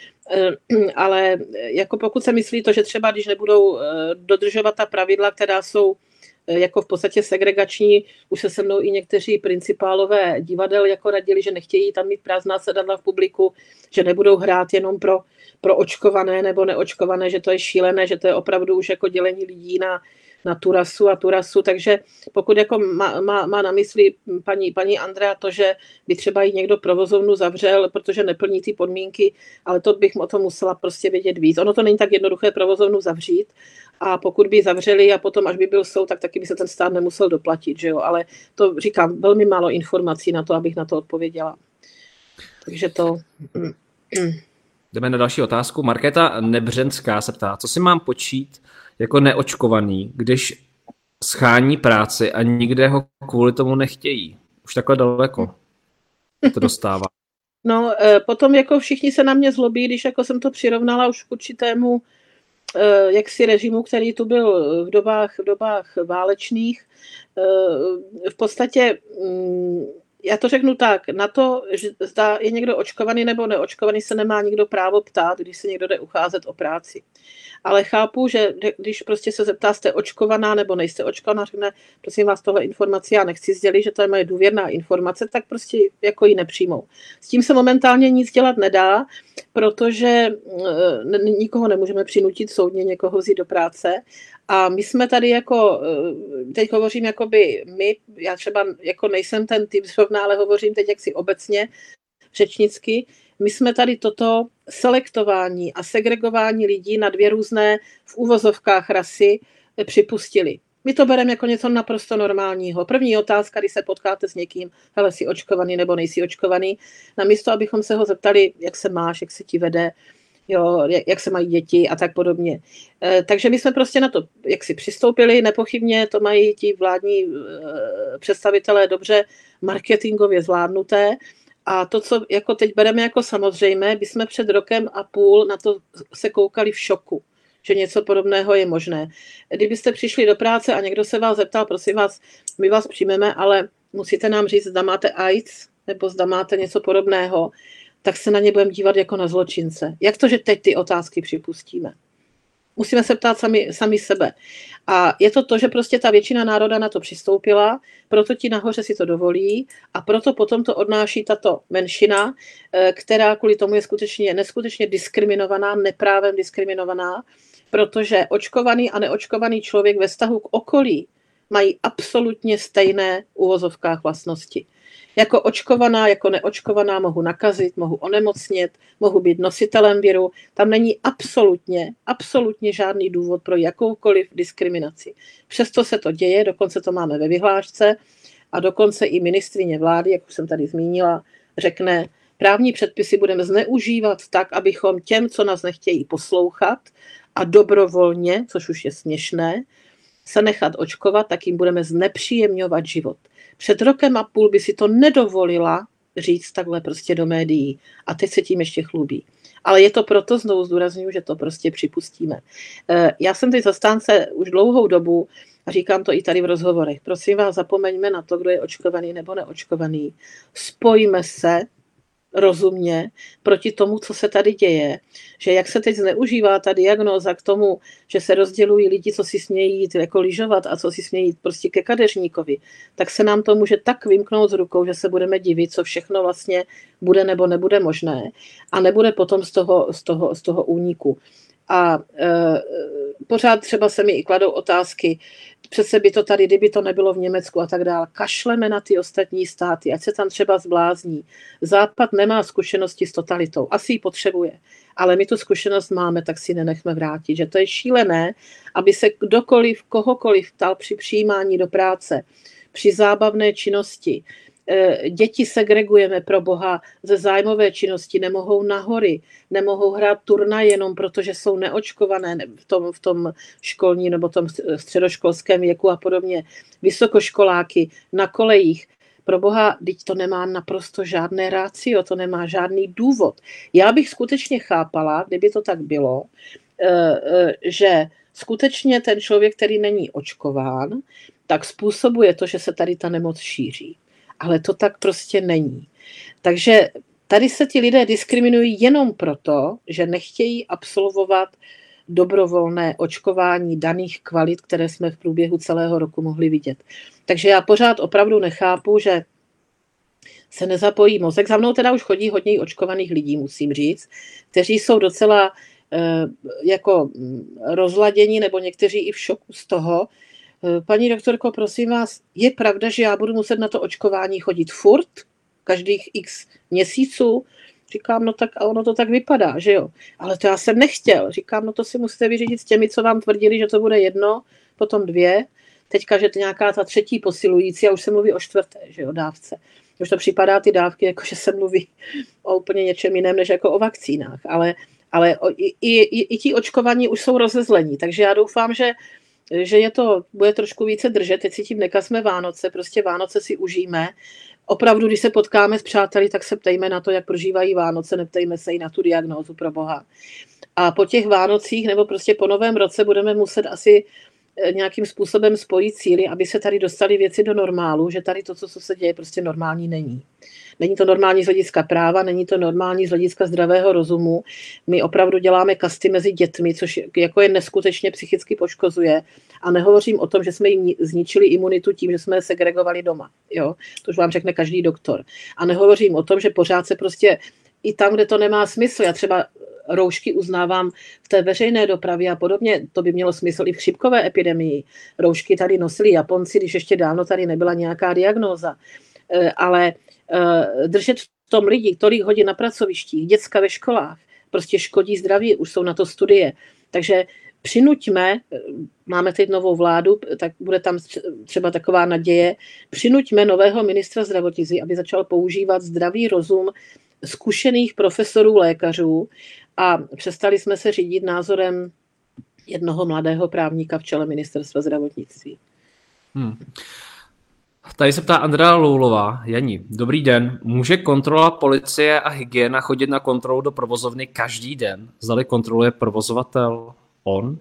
Ale jako pokud se myslí to, že třeba když nebudou dodržovat ta pravidla, která jsou jako v podstatě segregační, už se se mnou i někteří principálové divadel jako radili, že nechtějí tam mít prázdná sedadla v publiku, že nebudou hrát jenom pro, pro očkované nebo neočkované, že to je šílené, že to je opravdu už jako dělení lidí na, na tu rasu a tu rasu, takže pokud jako má, má, má na mysli paní, paní Andrea to, že by třeba jí někdo provozovnu zavřel, protože neplní ty podmínky, ale to bych o tom musela prostě vědět víc. Ono to není tak jednoduché provozovnu zavřít, a pokud by zavřeli a potom, až by byl soud, tak taky by se ten stát nemusel doplatit, že jo? Ale to říkám, velmi málo informací na to, abych na to odpověděla. Takže to... Jdeme na další otázku. Markéta Nebřenská se ptá, co si mám počít jako neočkovaný, když schání práci a nikde ho kvůli tomu nechtějí. Už takhle daleko to dostává. No, potom jako všichni se na mě zlobí, když jako jsem to přirovnala už k určitému jaksi režimu, který tu byl v dobách, v dobách válečných. V podstatě, já to řeknu tak, na to, že zda je někdo očkovaný nebo neočkovaný, se nemá nikdo právo ptát, když se někdo jde ucházet o práci. Ale chápu, že když prostě se zeptá, jste očkovaná nebo nejste očkovaná, řekne, prosím vás, tohle informaci já nechci sdělit, že to je moje důvěrná informace, tak prostě jako ji nepřijmou. S tím se momentálně nic dělat nedá, protože nikoho nemůžeme přinutit soudně někoho vzít do práce. A my jsme tady jako, teď hovořím jakoby my, já třeba jako nejsem ten typ zrovna, ale hovořím teď jaksi obecně, řečnicky, my jsme tady toto selektování a segregování lidí na dvě různé v uvozovkách rasy připustili. My to bereme jako něco naprosto normálního. První otázka, když se potkáte s někým, hele, jsi očkovaný nebo nejsi očkovaný, namísto, abychom se ho zeptali, jak se máš, jak se ti vede, jo, jak se mají děti a tak podobně. E, takže my jsme prostě na to, jak si přistoupili, nepochybně to mají ti vládní e, představitelé dobře marketingově zvládnuté. A to, co jako teď bereme jako samozřejmé, by jsme před rokem a půl na to se koukali v šoku, že něco podobného je možné. Kdybyste přišli do práce a někdo se vás zeptal, prosím vás, my vás přijmeme, ale musíte nám říct, zda máte AIDS, nebo zda máte něco podobného, tak se na ně budeme dívat jako na zločince. Jak to, že teď ty otázky připustíme? Musíme se ptát sami, sami sebe. A je to to, že prostě ta většina národa na to přistoupila, proto ti nahoře si to dovolí a proto potom to odnáší tato menšina, která kvůli tomu je skutečně neskutečně diskriminovaná, neprávem diskriminovaná, protože očkovaný a neočkovaný člověk ve vztahu k okolí mají absolutně stejné v uvozovkách vlastnosti. Jako očkovaná, jako neočkovaná mohu nakazit, mohu onemocnět, mohu být nositelem viru. Tam není absolutně, absolutně žádný důvod pro jakoukoliv diskriminaci. Přesto se to děje, dokonce to máme ve vyhlášce a dokonce i ministryně vlády, jak už jsem tady zmínila, řekne, právní předpisy budeme zneužívat tak, abychom těm, co nás nechtějí poslouchat a dobrovolně, což už je směšné, se nechat očkovat, tak jim budeme znepříjemňovat život. Před rokem a půl by si to nedovolila říct takhle prostě do médií. A teď se tím ještě chlubí. Ale je to proto, znovu zdůrazňuji, že to prostě připustíme. Já jsem teď zastánce už dlouhou dobu a říkám to i tady v rozhovorech. Prosím vás, zapomeňme na to, kdo je očkovaný nebo neočkovaný. Spojíme se rozumně proti tomu, co se tady děje, že jak se teď zneužívá ta diagnóza k tomu, že se rozdělují lidi, co si smějí jít jako lyžovat a co si smějí jít prostě ke kadeřníkovi, tak se nám to může tak vymknout z rukou, že se budeme divit, co všechno vlastně bude nebo nebude možné a nebude potom z toho, z toho, z toho úniku. A e, pořád třeba se mi i kladou otázky, přece by to tady, kdyby to nebylo v Německu a tak dále. Kašleme na ty ostatní státy, ať se tam třeba zblázní. Západ nemá zkušenosti s totalitou, asi ji potřebuje, ale my tu zkušenost máme, tak si nenechme vrátit, že to je šílené, aby se kdokoliv, kohokoliv ptal při přijímání do práce, při zábavné činnosti. Děti segregujeme pro Boha ze zájmové činnosti, nemohou na hory, nemohou hrát turnaj jenom protože jsou neočkované v tom, v tom školní nebo tom středoškolském věku a podobně. Vysokoškoláky na kolejích. Pro Boha, teď to nemá naprosto žádné rácio, to nemá žádný důvod. Já bych skutečně chápala, kdyby to tak bylo, že skutečně ten člověk, který není očkován, tak způsobuje to, že se tady ta nemoc šíří. Ale to tak prostě není. Takže tady se ti lidé diskriminují jenom proto, že nechtějí absolvovat dobrovolné očkování daných kvalit, které jsme v průběhu celého roku mohli vidět. Takže já pořád opravdu nechápu, že se nezapojí mozek. Za mnou teda už chodí hodně očkovaných lidí, musím říct, kteří jsou docela eh, jako rozladění nebo někteří i v šoku z toho. Paní doktorko, prosím vás, je pravda, že já budu muset na to očkování chodit furt, každých x měsíců? Říkám, no tak a ono to tak vypadá, že jo. Ale to já jsem nechtěl. Říkám, no to si musíte vyřídit s těmi, co vám tvrdili, že to bude jedno, potom dvě. Teďka, že to nějaká ta třetí posilující a už se mluví o čtvrté, že jo, dávce. Už to připadá ty dávky, jako že se mluví o úplně něčem jiném, než jako o vakcínách. Ale, ale i, i, i ti očkovaní už jsou rozezlení, takže já doufám, že že je to, bude trošku více držet, teď si tím nekazme Vánoce, prostě Vánoce si užijeme. Opravdu, když se potkáme s přáteli, tak se ptejme na to, jak prožívají Vánoce, neptejme se i na tu diagnózu pro Boha. A po těch Vánocích nebo prostě po novém roce budeme muset asi nějakým způsobem spojit síly, aby se tady dostaly věci do normálu, že tady to, co se děje, prostě normální není. Není to normální z hlediska práva, není to normální z hlediska zdravého rozumu. My opravdu děláme kasty mezi dětmi, což jako je neskutečně psychicky poškozuje. A nehovořím o tom, že jsme jim zničili imunitu tím, že jsme je segregovali doma. Jo? To už vám řekne každý doktor. A nehovořím o tom, že pořád se prostě i tam, kde to nemá smysl, já třeba roušky uznávám v té veřejné dopravě a podobně, to by mělo smysl i v chřipkové epidemii. Roušky tady nosili Japonci, když ještě dávno tady nebyla nějaká diagnóza. Ale držet v tom lidi tolik hodin na pracovištích, děcka ve školách, prostě škodí zdraví, už jsou na to studie. Takže přinuťme, máme teď novou vládu, tak bude tam třeba taková naděje, přinuťme nového ministra zdravotnictví, aby začal používat zdravý rozum zkušených profesorů, lékařů a přestali jsme se řídit názorem jednoho mladého právníka v čele ministerstva zdravotnictví. Hmm. Tady se ptá Andrea Loulová. Jani, dobrý den. Může kontrola policie a hygiena chodit na kontrolu do provozovny každý den? Zdali kontroluje provozovatel on?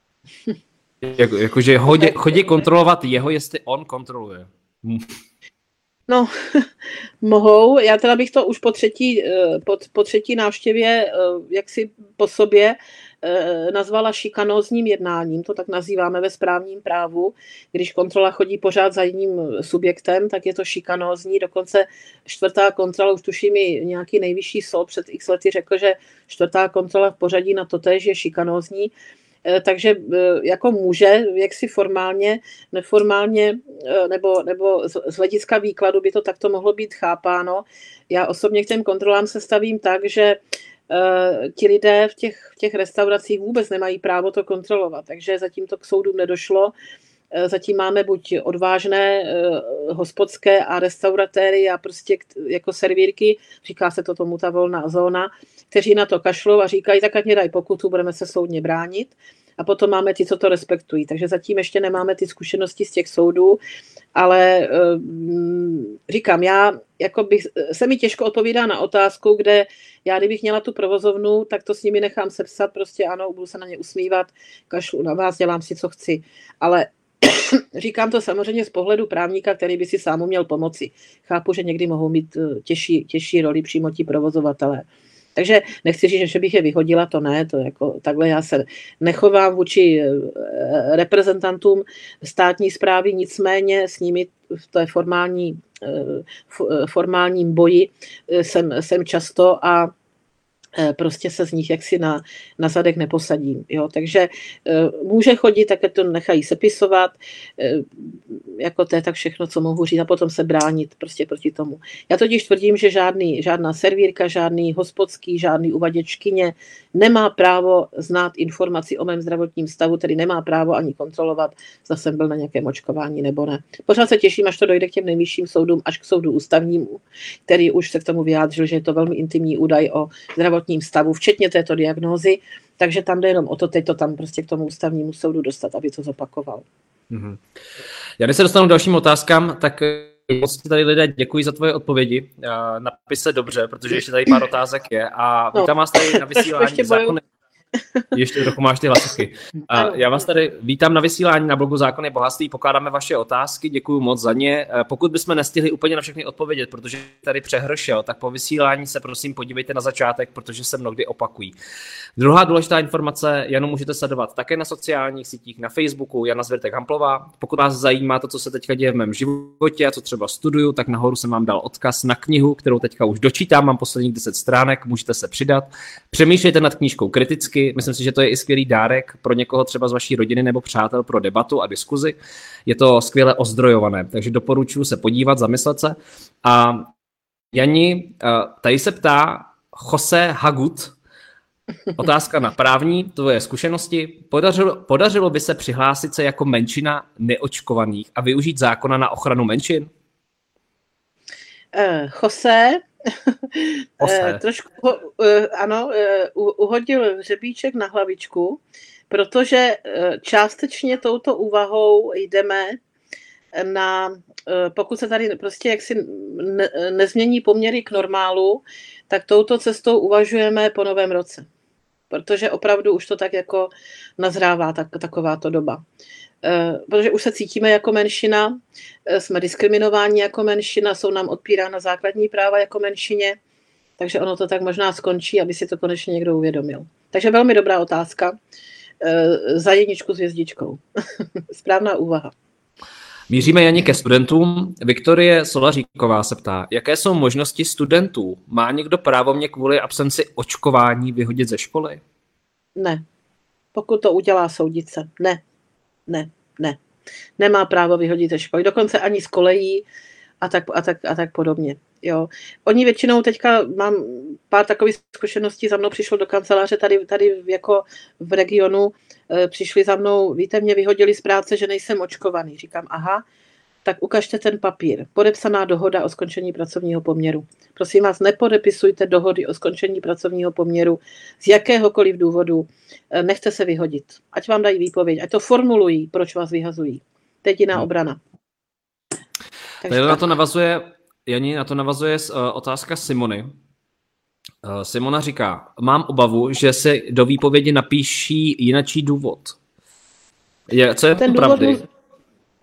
Jak, jakože hodě, chodí kontrolovat jeho, jestli on kontroluje. No, mohou. Já teda bych to už po třetí, po, po třetí návštěvě jaksi po sobě nazvala šikanózním jednáním, to tak nazýváme ve správním právu. Když kontrola chodí pořád za jedním subjektem, tak je to šikanózní. Dokonce čtvrtá kontrola, už tuším i nějaký nejvyšší soud před x lety řekl, že čtvrtá kontrola v pořadí na totéž je šikanózní. Takže jako může, jaksi formálně, neformálně, nebo, nebo z hlediska výkladu by to takto mohlo být chápáno. Já osobně k těm kontrolám se stavím tak, že ti lidé v těch, v těch restauracích vůbec nemají právo to kontrolovat, takže zatím to k soudům nedošlo. Zatím máme buď odvážné hospodské a restauratéry a prostě jako servírky, říká se to tomu ta volná zóna, kteří na to kašlou a říkají, tak ať mě dají pokutu, budeme se soudně bránit. A potom máme ty, co to respektují. Takže zatím ještě nemáme ty zkušenosti z těch soudů, ale říkám, já jako bych, se mi těžko odpovídá na otázku, kde já, kdybych měla tu provozovnu, tak to s nimi nechám sepsat, prostě ano, budu se na ně usmívat, kašlu na vás, dělám si, co chci. Ale říkám to samozřejmě z pohledu právníka, který by si sám měl pomoci. Chápu, že někdy mohou mít těžší, těžší roli přímo ti provozovatelé. Takže nechci říct, že bych je vyhodila, to ne, to jako takhle já se nechovám vůči reprezentantům státní správy, nicméně s nimi v té formální, formálním boji jsem, jsem často a prostě se z nich jaksi na, na zadek neposadím. Jo? Takže může chodit, tak to nechají sepisovat, jako to je tak všechno, co mohu říct a potom se bránit prostě proti tomu. Já totiž tvrdím, že žádný, žádná servírka, žádný hospodský, žádný uvaděčkyně nemá právo znát informaci o mém zdravotním stavu, tedy nemá právo ani kontrolovat, zda jsem byl na nějakém očkování nebo ne. Pořád se těším, až to dojde k těm nejvyšším soudům, až k soudu ústavnímu, který už se k tomu vyjádřil, že je to velmi intimní údaj o zdravotním stavu, včetně této diagnózy, takže tam jde jenom o to, teď to tam prostě k tomu ústavnímu soudu dostat, aby to zopakoval. Mm-hmm. Já když se dostanu k dalším otázkám, tak moc tady lidé děkuji za tvoje odpovědi. Napis se dobře, protože ještě tady pár otázek je a vítám vás tady na vysílání zákony. Ještě trochu máš ty hlasivky. Já vás tady vítám na vysílání na blogu Zákony bohatství, pokládáme vaše otázky, děkuji moc za ně. Pokud bychom nestihli úplně na všechny odpovědět, protože tady přehršel, tak po vysílání se prosím podívejte na začátek, protože se mnohdy opakují. Druhá důležitá informace, Janu můžete sledovat také na sociálních sítích, na Facebooku, Jana Zwirtek-Hamplová. Pokud vás zajímá to, co se teďka děje v mém životě a co třeba studuju, tak nahoru jsem vám dal odkaz na knihu, kterou teďka už dočítám, mám posledních deset stránek, můžete se přidat. Přemýšlejte nad knížkou kriticky. Myslím si, že to je i skvělý dárek pro někoho třeba z vaší rodiny nebo přátel pro debatu a diskuzi. Je to skvěle ozdrojované, takže doporučuji se podívat, zamyslet se. A Jani, tady se ptá Jose Hagut, otázka na právní, tvoje zkušenosti. Podařilo, podařilo by se přihlásit se jako menšina neočkovaných a využít zákona na ochranu menšin? Uh, Jose... Eh, trošku ano, uhodil hřebíček na hlavičku, protože částečně touto úvahou jdeme na, pokud se tady prostě jaksi ne, nezmění poměry k normálu, tak touto cestou uvažujeme po novém roce, protože opravdu už to tak jako nazrává tak, takováto doba. Protože už se cítíme jako menšina, jsme diskriminováni jako menšina, jsou nám odpírána základní práva jako menšině, takže ono to tak možná skončí, aby si to konečně někdo uvědomil. Takže velmi dobrá otázka, za jedničku s hvězdičkou. Správná úvaha. Míříme, Jani, ke studentům. Viktorie Solaříková se ptá, jaké jsou možnosti studentů? Má někdo právo mě kvůli absenci očkování vyhodit ze školy? Ne. Pokud to udělá soudice. Ne. Ne, ne. Nemá právo vyhodit ze školy. Dokonce ani z kolejí a tak, a tak, a tak podobně. Jo. Oni většinou teďka, mám pár takových zkušeností, za mnou přišlo do kanceláře tady, tady jako v regionu, e, přišli za mnou, víte, mě vyhodili z práce, že nejsem očkovaný. Říkám, aha, tak ukažte ten papír. Podepsaná dohoda o skončení pracovního poměru. Prosím vás, nepodepisujte dohody o skončení pracovního poměru z jakéhokoliv důvodu. Nechte se vyhodit. Ať vám dají výpověď, ať to formulují, proč vás vyhazují. Teď jiná no. obrana. Takže na to navazuje, Jani, na to navazuje uh, otázka Simony. Uh, Simona říká, mám obavu, že si do výpovědi napíší jinačí důvod. Je, co je ten to pravdy? Důvod,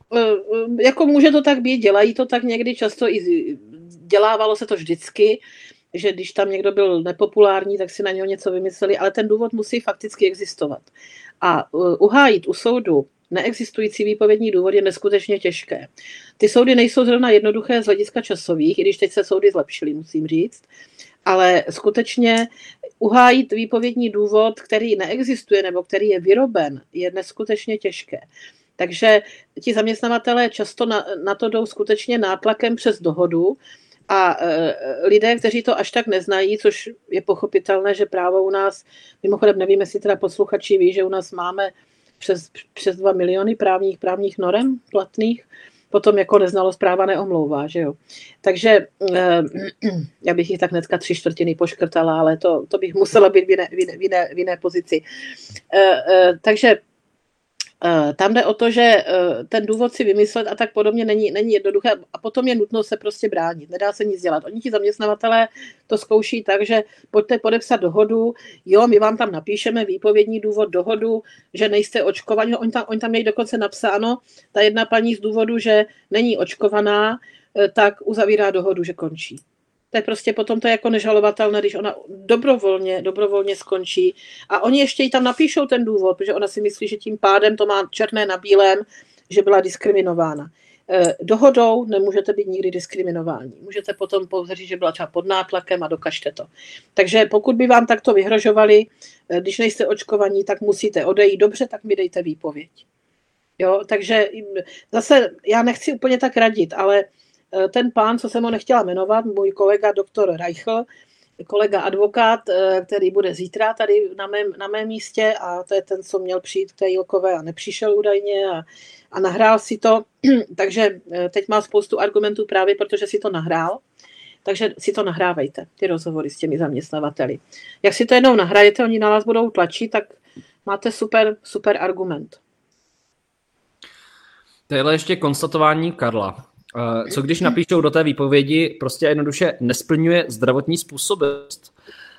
jako může to tak být, dělají to tak někdy často, i dělávalo se to vždycky, že když tam někdo byl nepopulární, tak si na něho něco vymysleli, ale ten důvod musí fakticky existovat. A uhájit u soudu neexistující výpovědní důvod je neskutečně těžké. Ty soudy nejsou zrovna jednoduché z hlediska časových, i když teď se soudy zlepšily, musím říct, ale skutečně uhájit výpovědní důvod, který neexistuje nebo který je vyroben, je neskutečně těžké. Takže ti zaměstnavatelé často na, na to jdou skutečně nátlakem přes dohodu a e, lidé, kteří to až tak neznají, což je pochopitelné, že právo u nás, mimochodem nevím, jestli teda posluchači ví, že u nás máme přes, přes dva miliony právních, právních norem platných, potom jako neznalost práva neomlouvá, že jo. Takže e, já bych jich tak hnedka tři čtvrtiny poškrtala, ale to, to bych musela být v jiné, v jiné, v jiné, v jiné pozici. E, e, takže tam jde o to, že ten důvod si vymyslet a tak podobně není, není jednoduché a potom je nutno se prostě bránit. Nedá se nic dělat. Oni ti zaměstnavatelé to zkouší tak, že pojďte podepsat dohodu, jo, my vám tam napíšeme výpovědní důvod dohodu, že nejste očkovaní. Oni tam, oni tam mají dokonce napsáno, ta jedna paní z důvodu, že není očkovaná, tak uzavírá dohodu, že končí. To je prostě potom to je jako nežalovatelné, když ona dobrovolně, dobrovolně skončí a oni ještě jí tam napíšou ten důvod, protože ona si myslí, že tím pádem to má černé na bílém, že byla diskriminována. Dohodou nemůžete být nikdy diskriminováni. Můžete potom pouze říct, že byla třeba pod nátlakem a dokažte to. Takže pokud by vám takto vyhrožovali, když nejste očkovaní, tak musíte odejít. Dobře, tak mi dejte výpověď. Jo, takže zase já nechci úplně tak radit, ale ten pán, co jsem ho nechtěla jmenovat, můj kolega doktor Reichl, kolega advokát, který bude zítra tady na mém, na mém místě a to je ten, co měl přijít k té Jílkové a nepřišel údajně a, a nahrál si to, takže teď má spoustu argumentů právě, protože si to nahrál, takže si to nahrávejte, ty rozhovory s těmi zaměstnavateli. Jak si to jednou nahrajete, oni na vás budou tlačit, tak máte super, super argument. Tohle ještě konstatování Karla. Co když napíšou do té výpovědi, prostě jednoduše nesplňuje zdravotní způsobilost?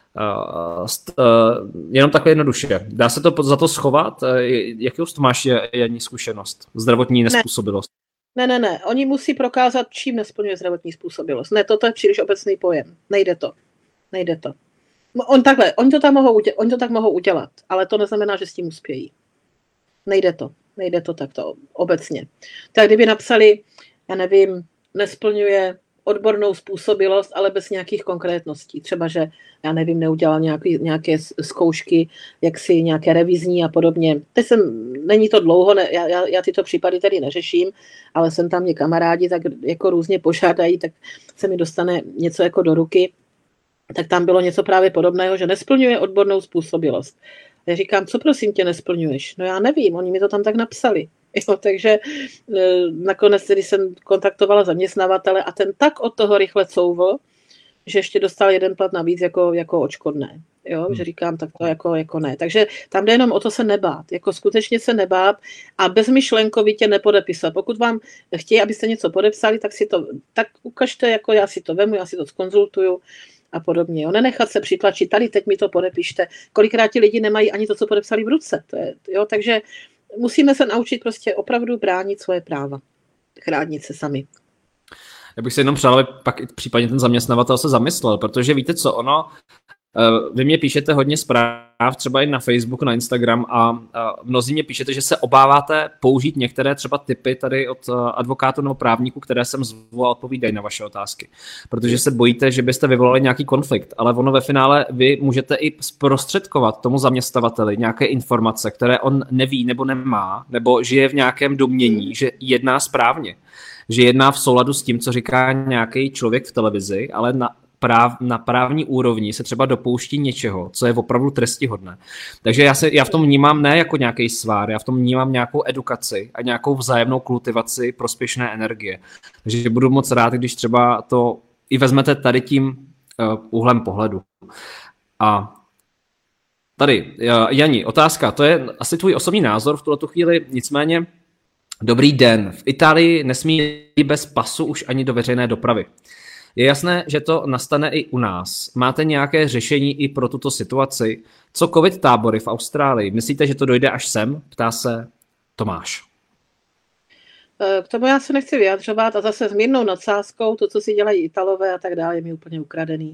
Jenom takhle jednoduše. Dá se to za to schovat? Jakou to máš, Janí, zkušenost? Zdravotní nespůsobilost? Ne, ne, ne. Oni musí prokázat, čím nesplňuje zdravotní způsobilost. Ne, toto je příliš obecný pojem. Nejde to. Nejde to. On takhle, oni to, tam mohou, oni to tak mohou udělat, ale to neznamená, že s tím uspějí. Nejde to. Nejde to takto obecně. Tak kdyby napsali, já nevím, nesplňuje odbornou způsobilost, ale bez nějakých konkrétností. Třeba, že, já nevím, neudělal nějaký, nějaké zkoušky, jaksi nějaké revizní a podobně. Teď jsem, není to dlouho, ne, já, já, já tyto případy tedy neřeším, ale jsem tam mě kamarádi, tak jako různě požádají, tak se mi dostane něco jako do ruky. Tak tam bylo něco právě podobného, že nesplňuje odbornou způsobilost. Já říkám, co prosím tě nesplňuješ? No já nevím, oni mi to tam tak napsali. Jo, takže e, nakonec, když jsem kontaktovala zaměstnavatele a ten tak od toho rychle couvl, že ještě dostal jeden plat navíc jako, jako odškodné. Jo, hmm. že říkám, tak to jako, jako ne. Takže tam jde jenom o to se nebát. Jako skutečně se nebát a bezmyšlenkovitě nepodepisat. Pokud vám chtějí, abyste něco podepsali, tak si to tak ukažte, jako já si to vemu, já si to zkonzultuju a podobně. Jo. Nenechat se přitlačit, tady teď mi to podepište. Kolikrát ti lidi nemají ani to, co podepsali v ruce. To je, jo, takže musíme se naučit prostě opravdu bránit svoje práva. Chránit se sami. Já bych se jenom přál, aby pak případně ten zaměstnavatel se zamyslel, protože víte co, ono, vy mě píšete hodně zpráv, třeba i na Facebook, na Instagram a mnozí mě píšete, že se obáváte použít některé třeba tipy tady od advokátů nebo právníků, které jsem zvu a odpovídají na vaše otázky. Protože se bojíte, že byste vyvolali nějaký konflikt, ale ono ve finále vy můžete i zprostředkovat tomu zaměstnavateli nějaké informace, které on neví nebo nemá, nebo žije v nějakém domnění, že jedná správně, že jedná v souladu s tím, co říká nějaký člověk v televizi, ale na Práv, na právní úrovni se třeba dopouští něčeho, co je opravdu trestihodné. Takže já, se, já v tom vnímám ne jako nějaký svár, já v tom vnímám nějakou edukaci a nějakou vzájemnou kultivaci prospěšné energie. Takže budu moc rád, když třeba to i vezmete tady tím uh, úhlem pohledu. A tady, uh, Jani, otázka, to je asi tvůj osobní názor v tuhletu chvíli, nicméně dobrý den. V Itálii nesmí bez pasu už ani do veřejné dopravy. Je jasné, že to nastane i u nás. Máte nějaké řešení i pro tuto situaci? Co covid tábory v Austrálii? Myslíte, že to dojde až sem? Ptá se Tomáš. K tomu já se nechci vyjadřovat a zase s mírnou nadsázkou, to, co si dělají Italové a tak dále, je mi úplně ukradený.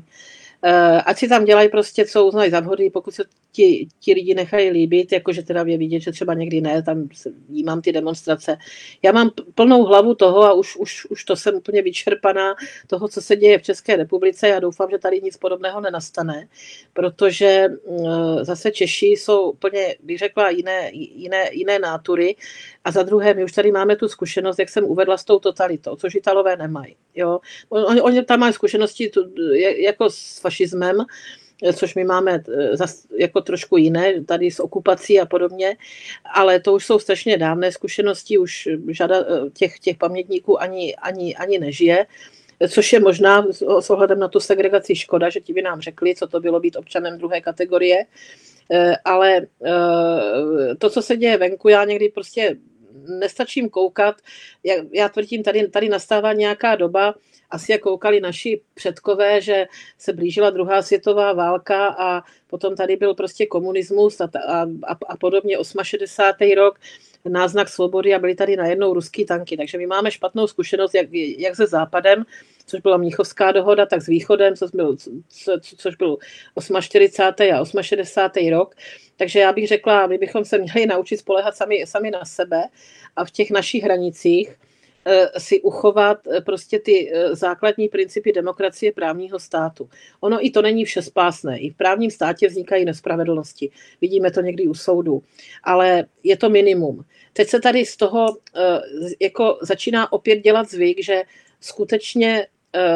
Ať si tam dělají prostě, co uznají za vhodný, pokud se ti, ti lidi nechají líbit, jakože teda je vidět, že třeba někdy ne, tam vnímám ty demonstrace. Já mám plnou hlavu toho a už, už, už to jsem úplně vyčerpaná toho, co se děje v České republice. Já doufám, že tady nic podobného nenastane, protože zase Češi jsou úplně, bych řekla, jiné, jiné, jiné nátury. A za druhé, my už tady máme tu zkušenost, jak jsem uvedla, s tou totalitou, což Italové nemají. Jo? Oni, oni tam mají zkušenosti tu, jako s fašismem, což my máme jako trošku jiné, tady s okupací a podobně, ale to už jsou strašně dávné zkušenosti, už žada těch, těch pamětníků ani, ani, ani nežije, což je možná s ohledem na tu segregaci škoda, že ti by nám řekli, co to bylo být občanem druhé kategorie, ale to, co se děje venku, já někdy prostě nestačím koukat. Já, já tvrdím, tady, tady nastává nějaká doba, asi jak koukali naši předkové, že se blížila druhá světová válka a potom tady byl prostě komunismus a, a, a, a podobně šedesátý osmý rok, náznak svobody a byly tady najednou ruský tanky. Takže my máme špatnou zkušenost jak, jak se Západem, což byla Mnichovská dohoda, tak s Východem, což byl, co, což byl čtyřicátý osmý a šedesátý osmý rok. Takže já bych řekla, my bychom se měli naučit spoléhat sami, sami na sebe a v těch našich hranicích si uchovat prostě ty základní principy demokracie právního státu. Ono i to není všespásné. I v právním státě vznikají nespravedlnosti. Vidíme to někdy u soudu. Ale je to minimum. Teď se tady z toho jako začíná opět dělat zvyk, že skutečně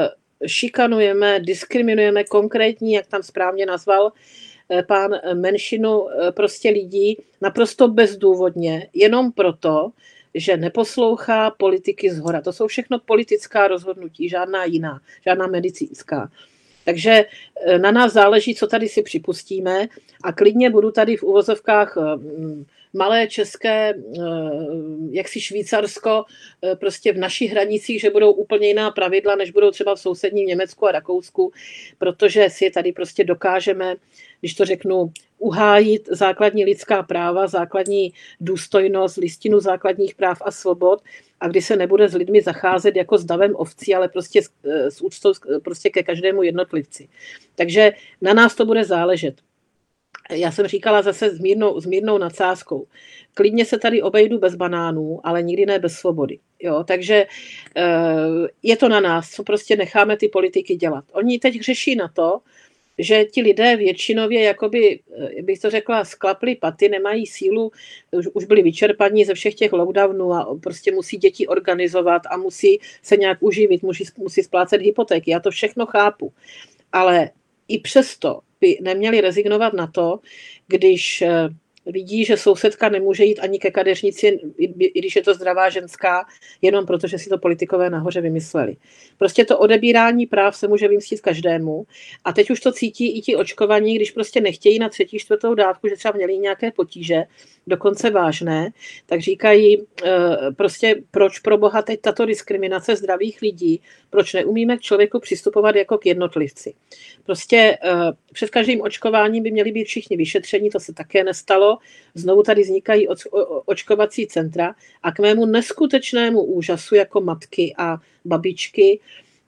šikanujeme, diskriminujeme konkrétní, jak tam správně nazval pán, menšinu prostě lidí naprosto bezdůvodně, jenom proto, že neposlouchá politiky zhora. To jsou všechno politická rozhodnutí, žádná jiná, žádná medicínská. Takže na nás záleží, co tady si připustíme a klidně budu tady v uvozovkách malé české, jaksi Švýcarsko, prostě v našich hranicích, že budou úplně jiná pravidla, než budou třeba v sousedním Německu a Rakousku, protože si je tady prostě dokážeme, když to řeknu, uhájit základní lidská práva, základní důstojnost, listinu základních práv a svobod a kdy se nebude s lidmi zacházet jako s davem ovcí, ale prostě s úctou prostě ke každému jednotlivci. Takže na nás to bude záležet. Já jsem říkala zase s mírnou, s mírnou nadsázkou. Klidně se tady obejdu bez banánů, ale nikdy ne bez svobody. Jo? Takže je to na nás, co prostě necháme ty politiky dělat. Oni teď řeší na to, že ti lidé většinově, jakoby, bych to řekla, sklapli paty, nemají sílu, už, už byli vyčerpaní ze všech těch lockdownů a prostě musí děti organizovat a musí se nějak uživit, musí, musí splácet hypotéky. Já to všechno chápu. Ale i přesto by neměli rezignovat na to, když vidí, že sousedka nemůže jít ani ke kadeřnici, i když je to zdravá ženská, jenom proto, že si to politikové nahoře vymysleli. Prostě to odebírání práv se může vymstít každému a teď už to cítí i ti očkovaní, když prostě nechtějí na třetí, čtvrtou dávku, že třeba měli nějaké potíže, dokonce vážné, tak říkají prostě, proč pro boha teď tato diskriminace zdravých lidí, proč neumíme k člověku přistupovat jako k jednotlivci. Prostě před každým očkováním by měli být všichni vyšetření, to se také nestalo. Znovu tady vznikají očkovací centra a k mému neskutečnému úžasu jako matky a babičky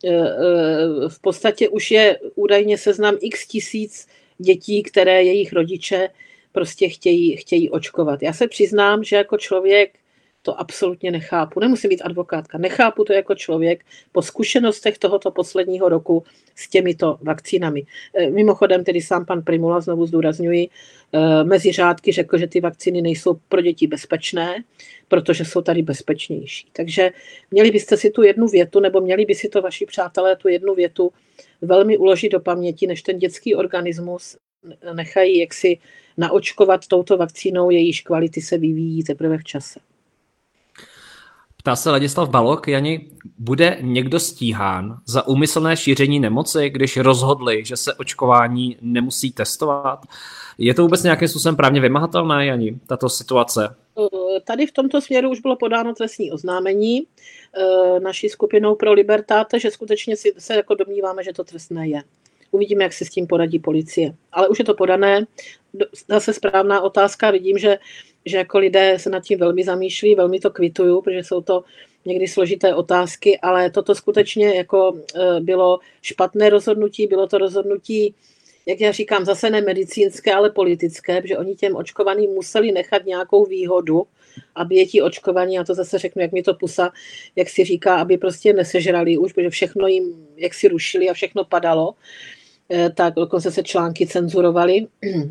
v podstatě už je údajně seznam x tisíc dětí, které jejich rodiče prostě chtějí, chtějí očkovat. Já se přiznám, že jako člověk to absolutně nechápu. Nemusím být advokátka. Nechápu to jako člověk po zkušenostech tohoto posledního roku s těmito vakcínami. Mimochodem tedy sám pan Primula, znovu zdůrazňuji, mezi řádky řekl, že ty vakcíny nejsou pro děti bezpečné, protože jsou tady bezpečnější. Takže měli byste si tu jednu větu, nebo měli by si to vaši přátelé tu jednu větu velmi uložit do paměti, než ten dětský organismus nechají jaksi naočkovat touto vakcínou, jejíž kvality se vyvíjí teprve v čase. Ptá se Ladislav Balok, Jani, bude někdo stíhán za úmyslné šíření nemoci, když rozhodli, že se očkování nemusí testovat? Je to vůbec nějakým způsobem právně vymahatelné, Jani, tato situace? Tady v tomto směru už bylo podáno trestní oznámení naší skupinou Pro Libertate, že skutečně si se jako domníváme, že to trestné je. Uvidíme, jak se s tím poradí policie. Ale už je to podané. Zase správná otázka. Vidím, že že jako lidé se nad tím velmi zamýšlí, velmi to kvituju, protože jsou to někdy složité otázky, ale toto skutečně jako bylo špatné rozhodnutí, bylo to rozhodnutí, jak já říkám, zase ne medicínské, ale politické, protože oni těm očkovaným museli nechat nějakou výhodu, aby je ti očkovaní, a to zase řeknu, jak mi to pusa, jak si říká, aby prostě nesežrali už, protože všechno jim, jak si rušili a všechno padalo, tak dokonce se články cenzurovaly,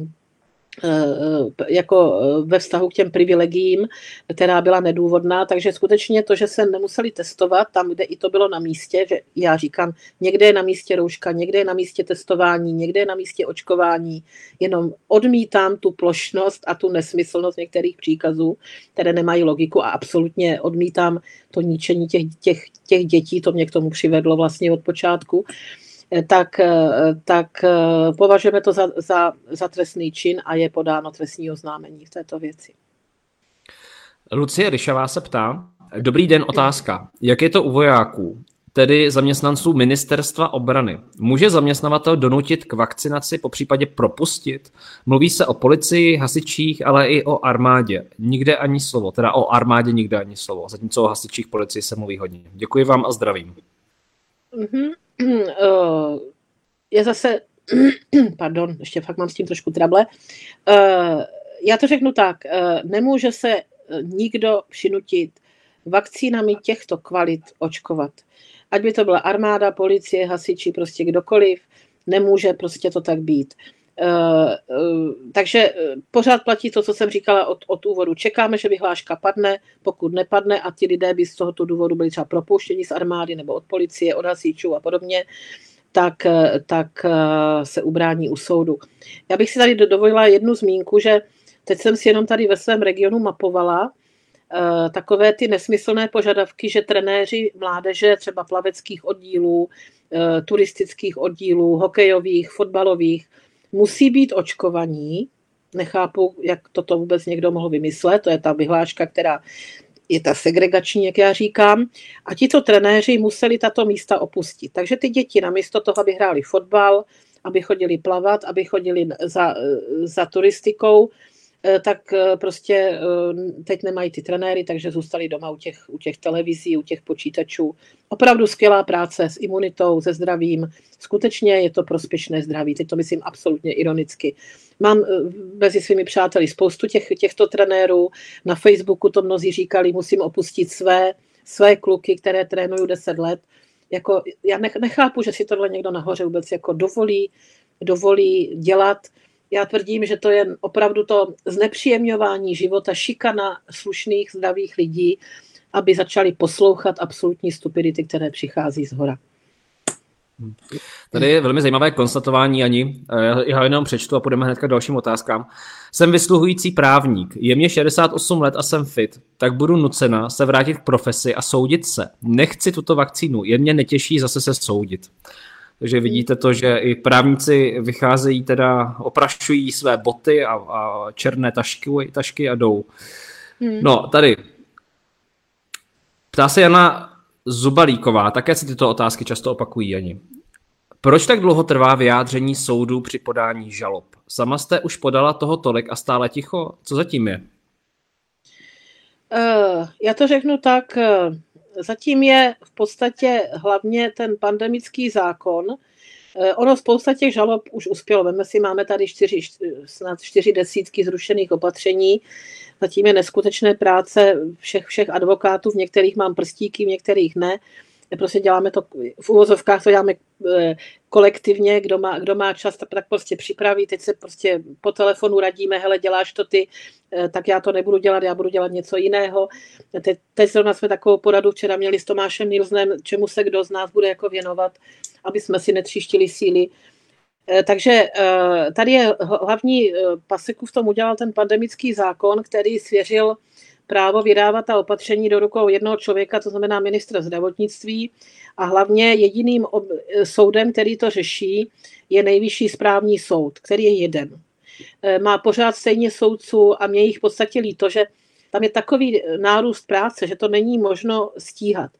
jako ve vztahu k těm privilegiím, která byla nedůvodná, takže skutečně to, že se nemuseli testovat, tam, kde i to bylo na místě, že já říkám, někde je na místě rouška, někde je na místě testování, někde je na místě očkování, jenom odmítám tu plošnost a tu nesmyslnost některých příkazů, které nemají logiku, a absolutně odmítám to ničení těch, těch, těch dětí, to mě k tomu přivedlo vlastně od počátku. Tak, tak považujeme to za, za, za trestný čin a je podáno trestní oznámení v této věci. Lucie Ryšavá se ptá, dobrý den, otázka. Jak je to u vojáků, tedy zaměstnanců ministerstva obrany? Může zaměstnavatel donutit k vakcinaci, popřípadě propustit? Mluví se o policii, hasičích, ale i o armádě. Nikde ani slovo, teda o armádě nikde ani slovo, zatímco o hasičích, policii se mluví hodně. Děkuji vám a zdravím. Mm-hmm. Je zase, pardon, ještě fakt mám s tím trošku trable, já to řeknu tak, nemůže se nikdo přinutit vakcínami těchto kvalit očkovat. Ať by to byla armáda, policie, hasiči, prostě kdokoliv, nemůže prostě to tak být. Takže pořád platí to, co jsem říkala od, od úvodu. Čekáme, že vyhláška padne, pokud nepadne a ti lidé by z tohoto důvodu byli třeba propuštěni z armády nebo od policie, od hasičů a podobně, tak, tak se ubrání u soudu. Já bych si tady dovolila jednu zmínku, že teď jsem si jenom tady ve svém regionu mapovala takové ty nesmyslné požadavky, že trenéři mládeže, třeba plaveckých oddílů, turistických oddílů, hokejových, fotbalových, musí být očkovaní. Nechápu, jak toto vůbec někdo mohl vymyslet. To je ta vyhláška, která je ta segregační, jak já říkám. A tito trenéři museli tato místa opustit. Takže ty děti namísto toho, aby hráli fotbal, aby chodili plavat, aby chodili za, za turistikou, tak prostě teď nemají ty trenéry, takže zůstali doma u těch, u těch televizí, u těch počítačů. Opravdu skvělá práce s imunitou, se zdravím. Skutečně je to prospěšné zdraví. Teď to myslím absolutně ironicky. Mám mezi svými přáteli spoustu těch, těchto trenérů. Na Facebooku to mnozí říkali, musím opustit své, své kluky, které trénují deset let. Jako, já nechápu, že si tohle někdo nahoře vůbec jako dovolí, dovolí dělat. Já tvrdím, že to je opravdu to znepříjemňování života, šikana slušných, zdravých lidí, aby začali poslouchat absolutní stupidity, které přichází zhora. Tady je velmi zajímavé konstatování, Ani. Já jenom přečtu a půjdeme hnedka k dalším otázkám. Jsem vysluhující právník, je mě šedesát osm let a jsem fit, tak budu nucena se vrátit k profesi a soudit se. Nechci tuto vakcínu, jen mě netěší zase se soudit. Takže vidíte to, že i právníci vycházejí, teda oprašují své boty a, a černé tašky, tašky a jdou. Hmm. No, tady. Ptá se Jana Zubalíková, také se tyto otázky často opakují, Jani. Proč tak dlouho trvá vyjádření soudu při podání žalob? Sama jste už podala toho tolik a stále ticho? Co zatím je? Uh, já to řeknu tak... Uh... Zatím je v podstatě hlavně ten pandemický zákon. Ono spousta těch žalob už uspělo. Veme si, máme tady čtyři, snad čtyři desítky zrušených opatření. Zatím je neskutečné práce všech, všech advokátů. V některých mám prstíky, v některých ne. Prostě děláme to, v uvozovkách to děláme kolektivně, kdo má, kdo má čas, tak, tak prostě připraví. Teď se prostě po telefonu radíme, hele, děláš to ty, tak já to nebudu dělat, já budu dělat něco jiného. Teď, teď zrovna jsme takovou poradu včera měli s Tomášem Nilsnem, čemu se kdo z nás bude jako věnovat, aby jsme si netříštili síly. Takže tady je hlavní paseku v tom udělal ten pandemický zákon, který svěřil právo vydávat ta opatření do rukou jednoho člověka, to znamená ministra zdravotnictví, a hlavně jediným soudem, který to řeší, je Nejvyšší správní soud, který je jeden. Má pořád stejně soudců a mě jich v podstatě líto, že tam je takový nárůst práce, že to není možno stíhat.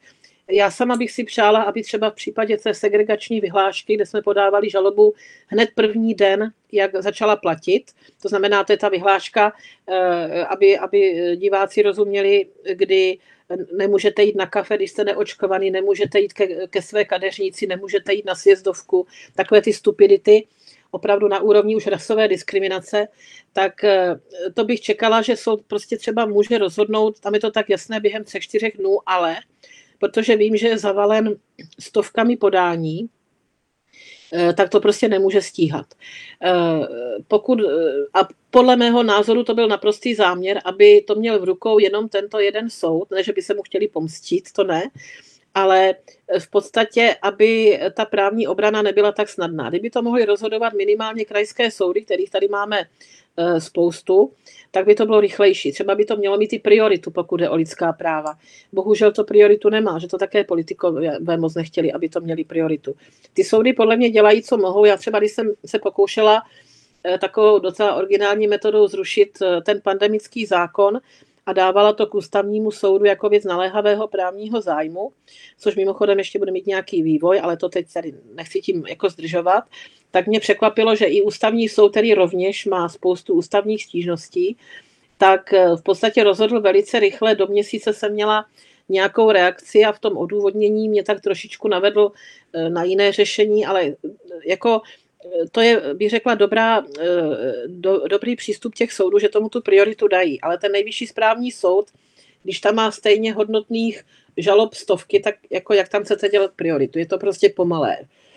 Já sama bych si přála, aby třeba v případě té segregační vyhlášky, kde jsme podávali žalobu hned první den, jak začala platit, to znamená, to je ta vyhláška, aby, aby diváci rozuměli, kdy nemůžete jít na kafe, když jste neočkovaný, nemůžete jít ke, ke své kadeřnici, nemůžete jít na sjezdovku, takové ty stupidity, opravdu na úrovni už rasové diskriminace, tak to bych čekala, že soud prostě třeba může rozhodnout, tam je to tak jasné během třech, čtyřech dnů, ale protože vím, že je zavalen stovkami podání, tak to prostě nemůže stíhat. Pokud, a podle mého názoru to byl naprostý záměr, aby to měl v rukou jenom tento jeden soud, ne, že by se mu chtěli pomstit, to ne, ale v podstatě, aby ta právní obrana nebyla tak snadná. Kdyby to mohly rozhodovat minimálně krajské soudy, kterých tady máme spoustu, tak by to bylo rychlejší. Třeba by to mělo mít i prioritu, pokud je o lidská práva. Bohužel to prioritu nemá, že to také politikové moc nechtěli, aby to měli prioritu. Ty soudy podle mě dělají, co mohou. Já třeba, když jsem se pokoušela takovou docela originální metodou zrušit ten pandemický zákon a dávala to k ústavnímu soudu jako věc naléhavého právního zájmu, což mimochodem ještě bude mít nějaký vývoj, ale to teď tady nechci tím jako zdržovat, tak mě překvapilo, že i ústavní soud, který rovněž má spoustu ústavních stížností, tak v podstatě rozhodl velice rychle, do měsíce jsem měla nějakou reakci a v tom odůvodnění mě tak trošičku navedl na jiné řešení, ale jako to je, bych řekla, dobrá, do, dobrý přístup těch soudů, že tomu tu prioritu dají, ale ten nejvyšší správní soud, když tam má stejně hodnotných žalob stovky, tak jako jak tam chcete dělat prioritu, je to prostě pomalé.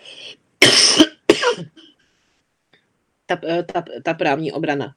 Ta, ta, ta právní obrana.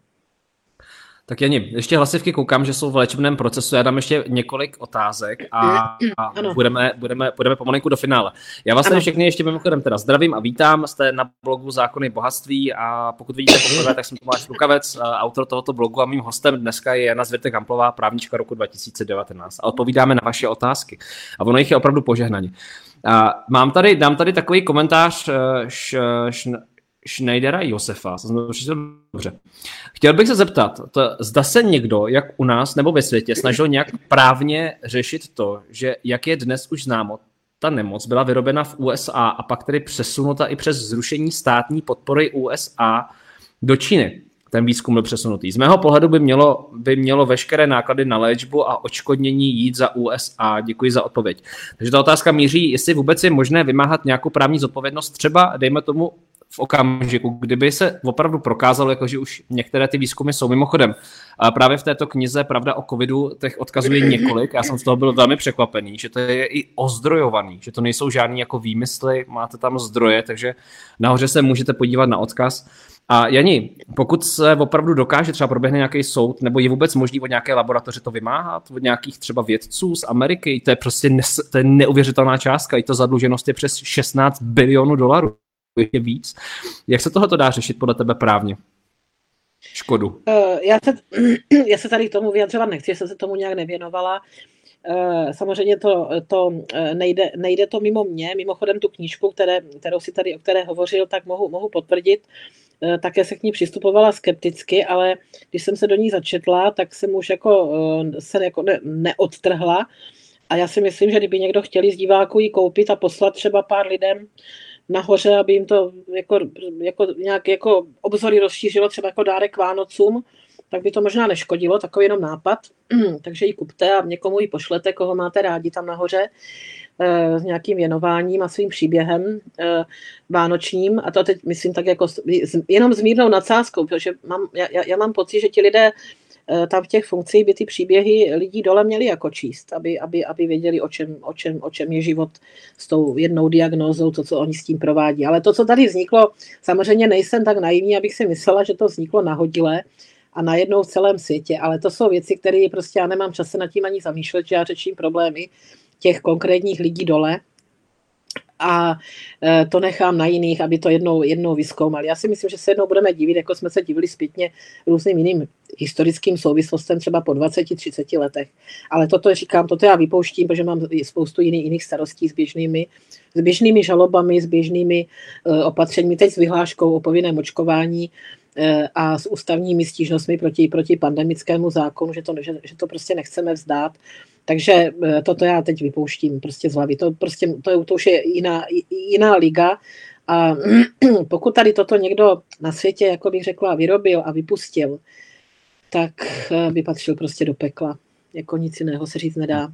Tak Jani, ještě hlasivky koukám, že jsou v léčebném procesu, já dám ještě několik otázek a, a budeme, budeme, budeme pomalinku do finále. Já vás tady všechny ještě mimochodem teda zdravím a vítám, jste na blogu Zákony bohatství a pokud vidíte poprvé, tak jsem Tomáš Lukavec, autor tohoto blogu a mým hostem dneska je Jana Zvětek-Hamplová, právnička roku dva tisíce devatenáct a odpovídáme na vaše otázky a ono jich je opravdu požehnaně. A mám tady, dám tady takový komentář š, š, Schneidera Josefa, dobře. Chtěl bych se zeptat, to, zda se někdo, jak u nás nebo ve světě, snažil nějak právně řešit to, že jak je dnes už známo, ta nemoc byla vyrobena v U S A a pak tedy přesunuta i přes zrušení státní podpory U S A do Číny. Ten výzkum byl přesunutý. Z mého pohledu by mělo, by mělo veškeré náklady na léčbu a odškodnění jít za U S A. Děkuji za odpověď. Takže ta otázka míří, jestli vůbec je možné vymáhat nějakou právní zodpovědnost, třeba dejme tomu v okamžiku, kdyby se opravdu prokázalo, jako že už některé ty výzkumy jsou mimochodem. A právě v této knize Pravda o covidu těch odkazuje několik. Já jsem z toho byl velmi překvapený, že to je i ozdrojovaný, že to nejsou žádný jako výmysly, máte tam zdroje, takže nahoře se můžete podívat na odkaz. A Jani, pokud se opravdu dokáže třeba proběhne nějaký soud, nebo je vůbec možný od nějaké laboratoře to vymáhat, od nějakých třeba vědců z Ameriky, to je prostě nes, to je neuvěřitelná částka, i to zadluženost je přes šestnáct bilionů dolarů. Je víc. Jak se tohle dá řešit podle tebe právně? Škodu. Uh, já, se, já se tady k tomu vyjadřovat nechci, jsem se tomu nějak nevěnovala. Uh, samozřejmě to, to nejde, nejde to mimo mě. Mimochodem tu knížku, které, kterou si tady, o které hovořil, tak mohu, mohu potvrdit. Uh, také se k ní přistupovala skepticky, ale když jsem se do ní začetla, tak jsem už jako, uh, se jako ne, neodtrhla. A já si myslím, že kdyby někdo chtěl z diváků ji koupit a poslat třeba pár lidem nahoře, aby jim to jako, jako nějak jako obzory rozšířilo, třeba jako dárek Vánocům, tak by to možná neškodilo, takový jenom nápad. Takže ji kupte a někomu ji pošlete, koho máte rádi tam nahoře, s nějakým věnováním a svým příběhem vánočním. A to teď myslím tak jako jenom s mírnou nadsázkou, protože mám, já, já mám pocit, že ti lidé tam v těch funkcích by ty příběhy lidí dole měli jako číst, aby, aby, aby věděli, o čem, o, čem, o čem je život s tou jednou diagnózou, to, co oni s tím provádí. Ale to, co tady vzniklo, samozřejmě nejsem tak naivní, abych si myslela, že to vzniklo nahodile a najednou v celém světě, ale to jsou věci, které prostě já nemám čas se nad tím ani zamýšlet, že já řeším problémy těch konkrétních lidí dole a to nechám na jiných, aby to jednou, jednou vyzkoumali. Já si myslím, že se jednou budeme divit, jako jsme se divili zpětně různým jiným historickým souvislostem třeba po dvaceti třiceti letech. Ale toto říkám, toto já vypouštím, protože mám spoustu jiných, jiných starostí s běžnými, s běžnými žalobami, s běžnými uh, opatřeními, teď s vyhláškou o povinném očkování uh, a s ústavními stížnostmi proti, proti pandemickému zákonu, že to, že, že to prostě nechceme vzdát. Takže toto já teď vypouštím prostě z hlavy. To, prostě, to, to už je jiná, jiná liga. A pokud tady toto někdo na světě, jako bych řekla, vyrobil a vypustil, tak by patřil prostě do pekla. Jako nic jiného se říct nedá.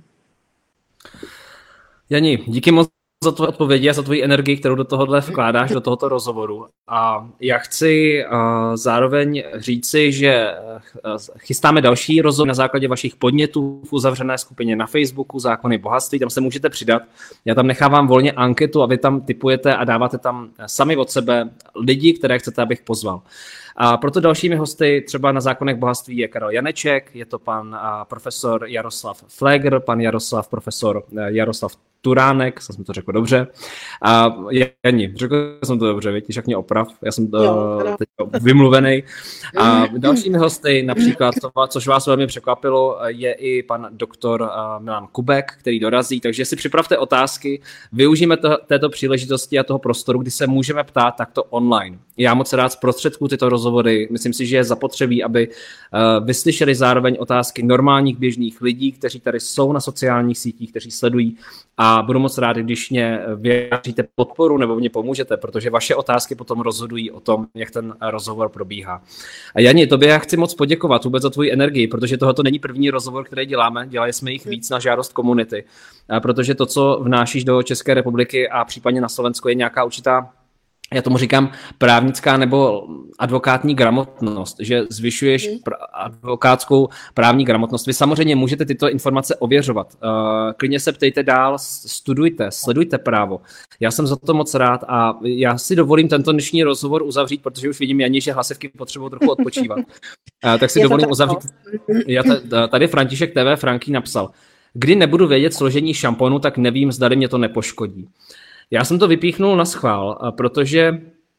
Jani, díky moc za tvoje odpovědi a za tvoji energii, kterou do tohohle vkládáš, do tohoto rozhovoru. A já chci uh, zároveň říci, že uh, chystáme další rozhovor na základě vašich podnětů v uzavřené skupině na Facebooku Zákony bohatství, tam se můžete přidat. Já tam nechávám volně anketu a vy tam tipujete a dáváte tam sami od sebe lidi, které chcete, abych pozval. A proto dalšími hosty třeba na Zákonech bohatství je Karel Janeček, je to pan a, profesor Jaroslav Flegr, pan Jaroslav, profesor Jaroslav Turánek, jsem to řekl dobře. A Jani, řekl jsem to dobře, víš, jak mě oprav, já jsem to teď vymluvený. A dalšími hosty například, což vás velmi překvapilo, je i pan doktor Milan Kubek, který dorazí, takže si připravte otázky, využijeme to, této příležitosti a toho prostoru, kdy se můžeme ptát takto online. Já moc rád zprostředkuju tyto rozhovory, myslím si, že je zapotřebí, aby vyslyšeli zároveň otázky normálních běžných lidí, kteří tady jsou na sociálních sítích, kteří sledují, a budu moc rád, když mě vyjádříte podporu nebo mě pomůžete, protože vaše otázky potom rozhodují o tom, jak ten rozhovor probíhá. A Jani, tobě já chci moc poděkovat vůbec za tvoji energii, protože tohoto není první rozhovor, který děláme, dělali jsme jich víc na žádost komunity, protože to, co vnášíš do České republiky a případně na Slovensko, je nějaká určitá, já tomu říkám, právnická nebo advokátní gramotnost, že zvyšuješ pr- advokátskou právní gramotnost. Vy samozřejmě můžete tyto informace ověřovat. Uh, klidně se ptejte dál, studujte, sledujte právo. Já jsem za to moc rád a já si dovolím tento dnešní rozhovor uzavřít, protože už vidím, Jani, že hlasivky potřebují trochu odpočívat. Uh, tak si dovolím uzavřít. Já tady František T V Franky napsal: kdy nebudu vědět složení šamponu, tak nevím, zdali mě to nepoškodí. Já jsem to vypíchnul na schvál, protože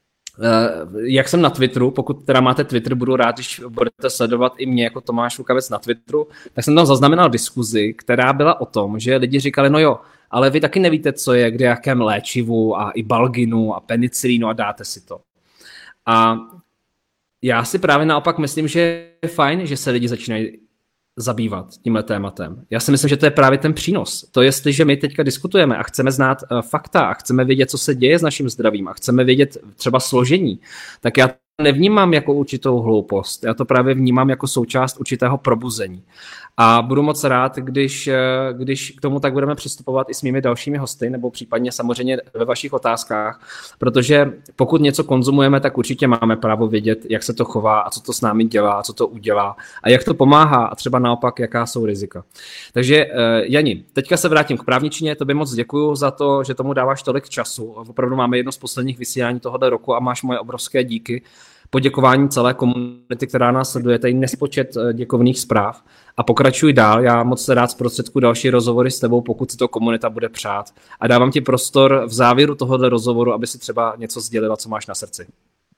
jak jsem na Twitteru, pokud teda máte Twitter, budu rád, když budete sledovat i mě jako Tomáš Lukavec na Twitteru, tak jsem tam zaznamenal diskuzi, která byla o tom, že lidi říkali, no jo, ale vy taky nevíte, co je kde jakém léčivu a i balginu a penicilínu a dáte si to. A já si právě naopak myslím, že je fajn, že se lidi začínají zabývat tímhle tématem. Já si myslím, že to je právě ten přínos. To jestliže my teďka diskutujeme a chceme znát uh, fakta a chceme vědět, co se děje s naším zdravím a chceme vědět třeba složení, tak já to nevnímám jako určitou hloupost. Já to právě vnímám jako součást určitého probuzení. A budu moc rád, když, když k tomu tak budeme přistupovat i s mými dalšími hosty, nebo případně samozřejmě ve vašich otázkách, protože pokud něco konzumujeme, tak určitě máme právo vědět, jak se to chová a co to s námi dělá, a co to udělá a jak to pomáhá a třeba naopak, jaká jsou rizika. Takže Jani, teďka se vrátím k právničině, tobě moc děkuju za to, že tomu dáváš tolik času. Opravdu máme jedno z posledních vysílání tohoto roku a máš moje obrovské díky. Poděkování celé komunity, která nás sleduje, tady nespočet děkovných zpráv a pokračuj dál. Já moc rád zprostředkuju další rozhovory s tebou, pokud si to komunita bude přát. A dávám ti prostor v závěru tohoto rozhovoru, aby si třeba něco sdělila, co máš na srdci.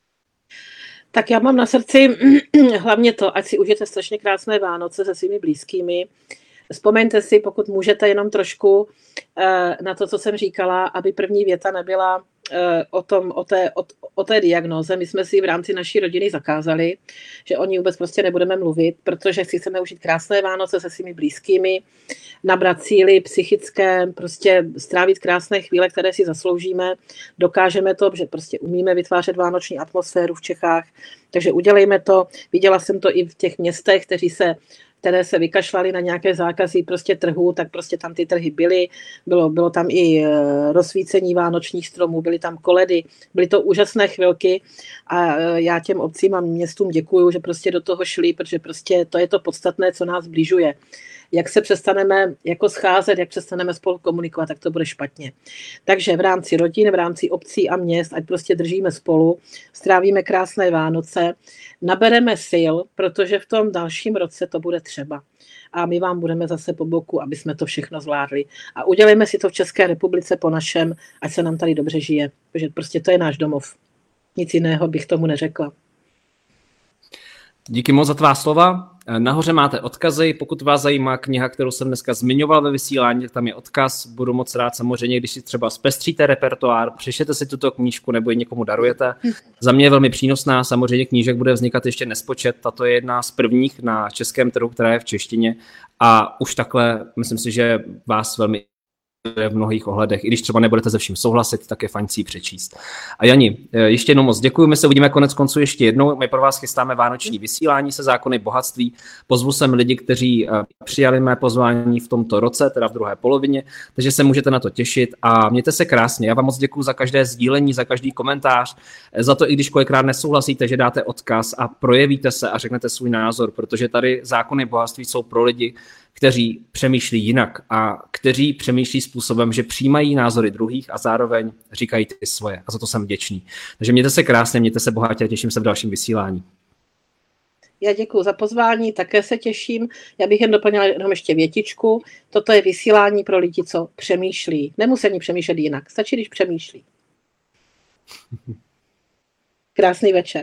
Tak já mám na srdci hlavně to, ať si užijete strašně krásné Vánoce se svými blízkými. Vzpomeňte si, pokud můžete, jenom trošku na to, co jsem říkala, aby první věta nebyla o, tom, o, té, o, o té diagnóze. My jsme si v rámci naší rodiny zakázali, že o ní vůbec prostě nebudeme mluvit, protože si chceme užít krásné Vánoce se svými blízkými, nabrat síly psychické, prostě strávit krásné chvíle, které si zasloužíme. Dokážeme to, že prostě umíme vytvářet vánoční atmosféru v Čechách, takže udělejme to. Viděla jsem to i v těch městech, kteří se které se vykašlaly na nějaké zákazy prostě trhů, tak prostě tam ty trhy byly. Bylo, bylo tam i rozsvícení vánočních stromů, byly tam koledy, byly to úžasné chvilky a já těm obcím a městům děkuju, že prostě do toho šli, protože prostě to je to podstatné, co nás zbližuje. Jak se přestaneme jako scházet, jak přestaneme spolu komunikovat, tak to bude špatně. Takže v rámci rodin, v rámci obcí a měst, ať prostě držíme spolu, strávíme krásné Vánoce, nabereme sil, protože v tom dalším roce to bude třeba. A my vám budeme zase po boku, aby jsme to všechno zvládli. A udělejme si to v České republice po našem, ať se nám tady dobře žije. Protože prostě to je náš domov. Nic jiného bych tomu neřekla. Díky moc za tvá slova. Nahoře máte odkazy, pokud vás zajímá kniha, kterou jsem dneska zmiňoval ve vysílání, tak tam je odkaz. Budu moc rád samozřejmě, když si třeba zpestříte repertoár, přečtěte si tuto knížku nebo ji někomu darujete. Za mě je velmi přínosná, samozřejmě knížek bude vznikat ještě nespočet. Tato je jedna z prvních na českém trhu, která je v češtině a už takhle myslím si, že vás velmi v mnohých ohledech. I když třeba nebudete se vším souhlasit, tak je fajn si ji přečíst. A Jani, ještě jednou moc děkuji, my se uvidíme konec konců ještě jednou. My pro vás chystáme vánoční vysílání se zákony bohatství. Pozvu sem lidi, kteří přijali mé pozvání v tomto roce, teda v druhé polovině, takže se můžete na to těšit a mějte se krásně. Já vám moc děkuji za každé sdílení, za každý komentář, za to, i když kolikrát nesouhlasíte, že dáte odkaz a projevíte se a řeknete svůj názor, protože tady zákony bohatství jsou pro lidi, kteří přemýšlí jinak a kteří přemýšlí způsobem, že přijímají názory druhých a zároveň říkají ty svoje. A za to jsem vděčný. Takže mějte se krásně, mějte se bohatě a těším se v dalším vysílání. Já děkuji za pozvání, také se těším. Já bych jen doplnila jenom ještě větičku. Toto je vysílání pro lidi, co přemýšlí. Nemusí ani přemýšlet jinak, stačí, když přemýšlí. Krásný večer.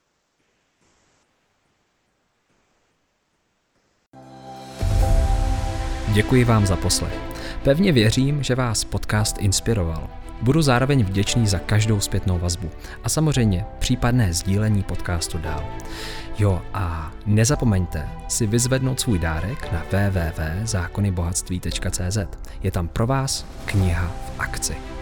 Děkuji vám za poslech. Pevně věřím, že vás podcast inspiroval. Budu zároveň vděčný za každou zpětnou vazbu a samozřejmě případné sdílení podcastu dál. Jo a nezapomeňte si vyzvednout svůj dárek na w w w tečka zákony bohatství tečka c z. Je tam pro vás kniha v akci.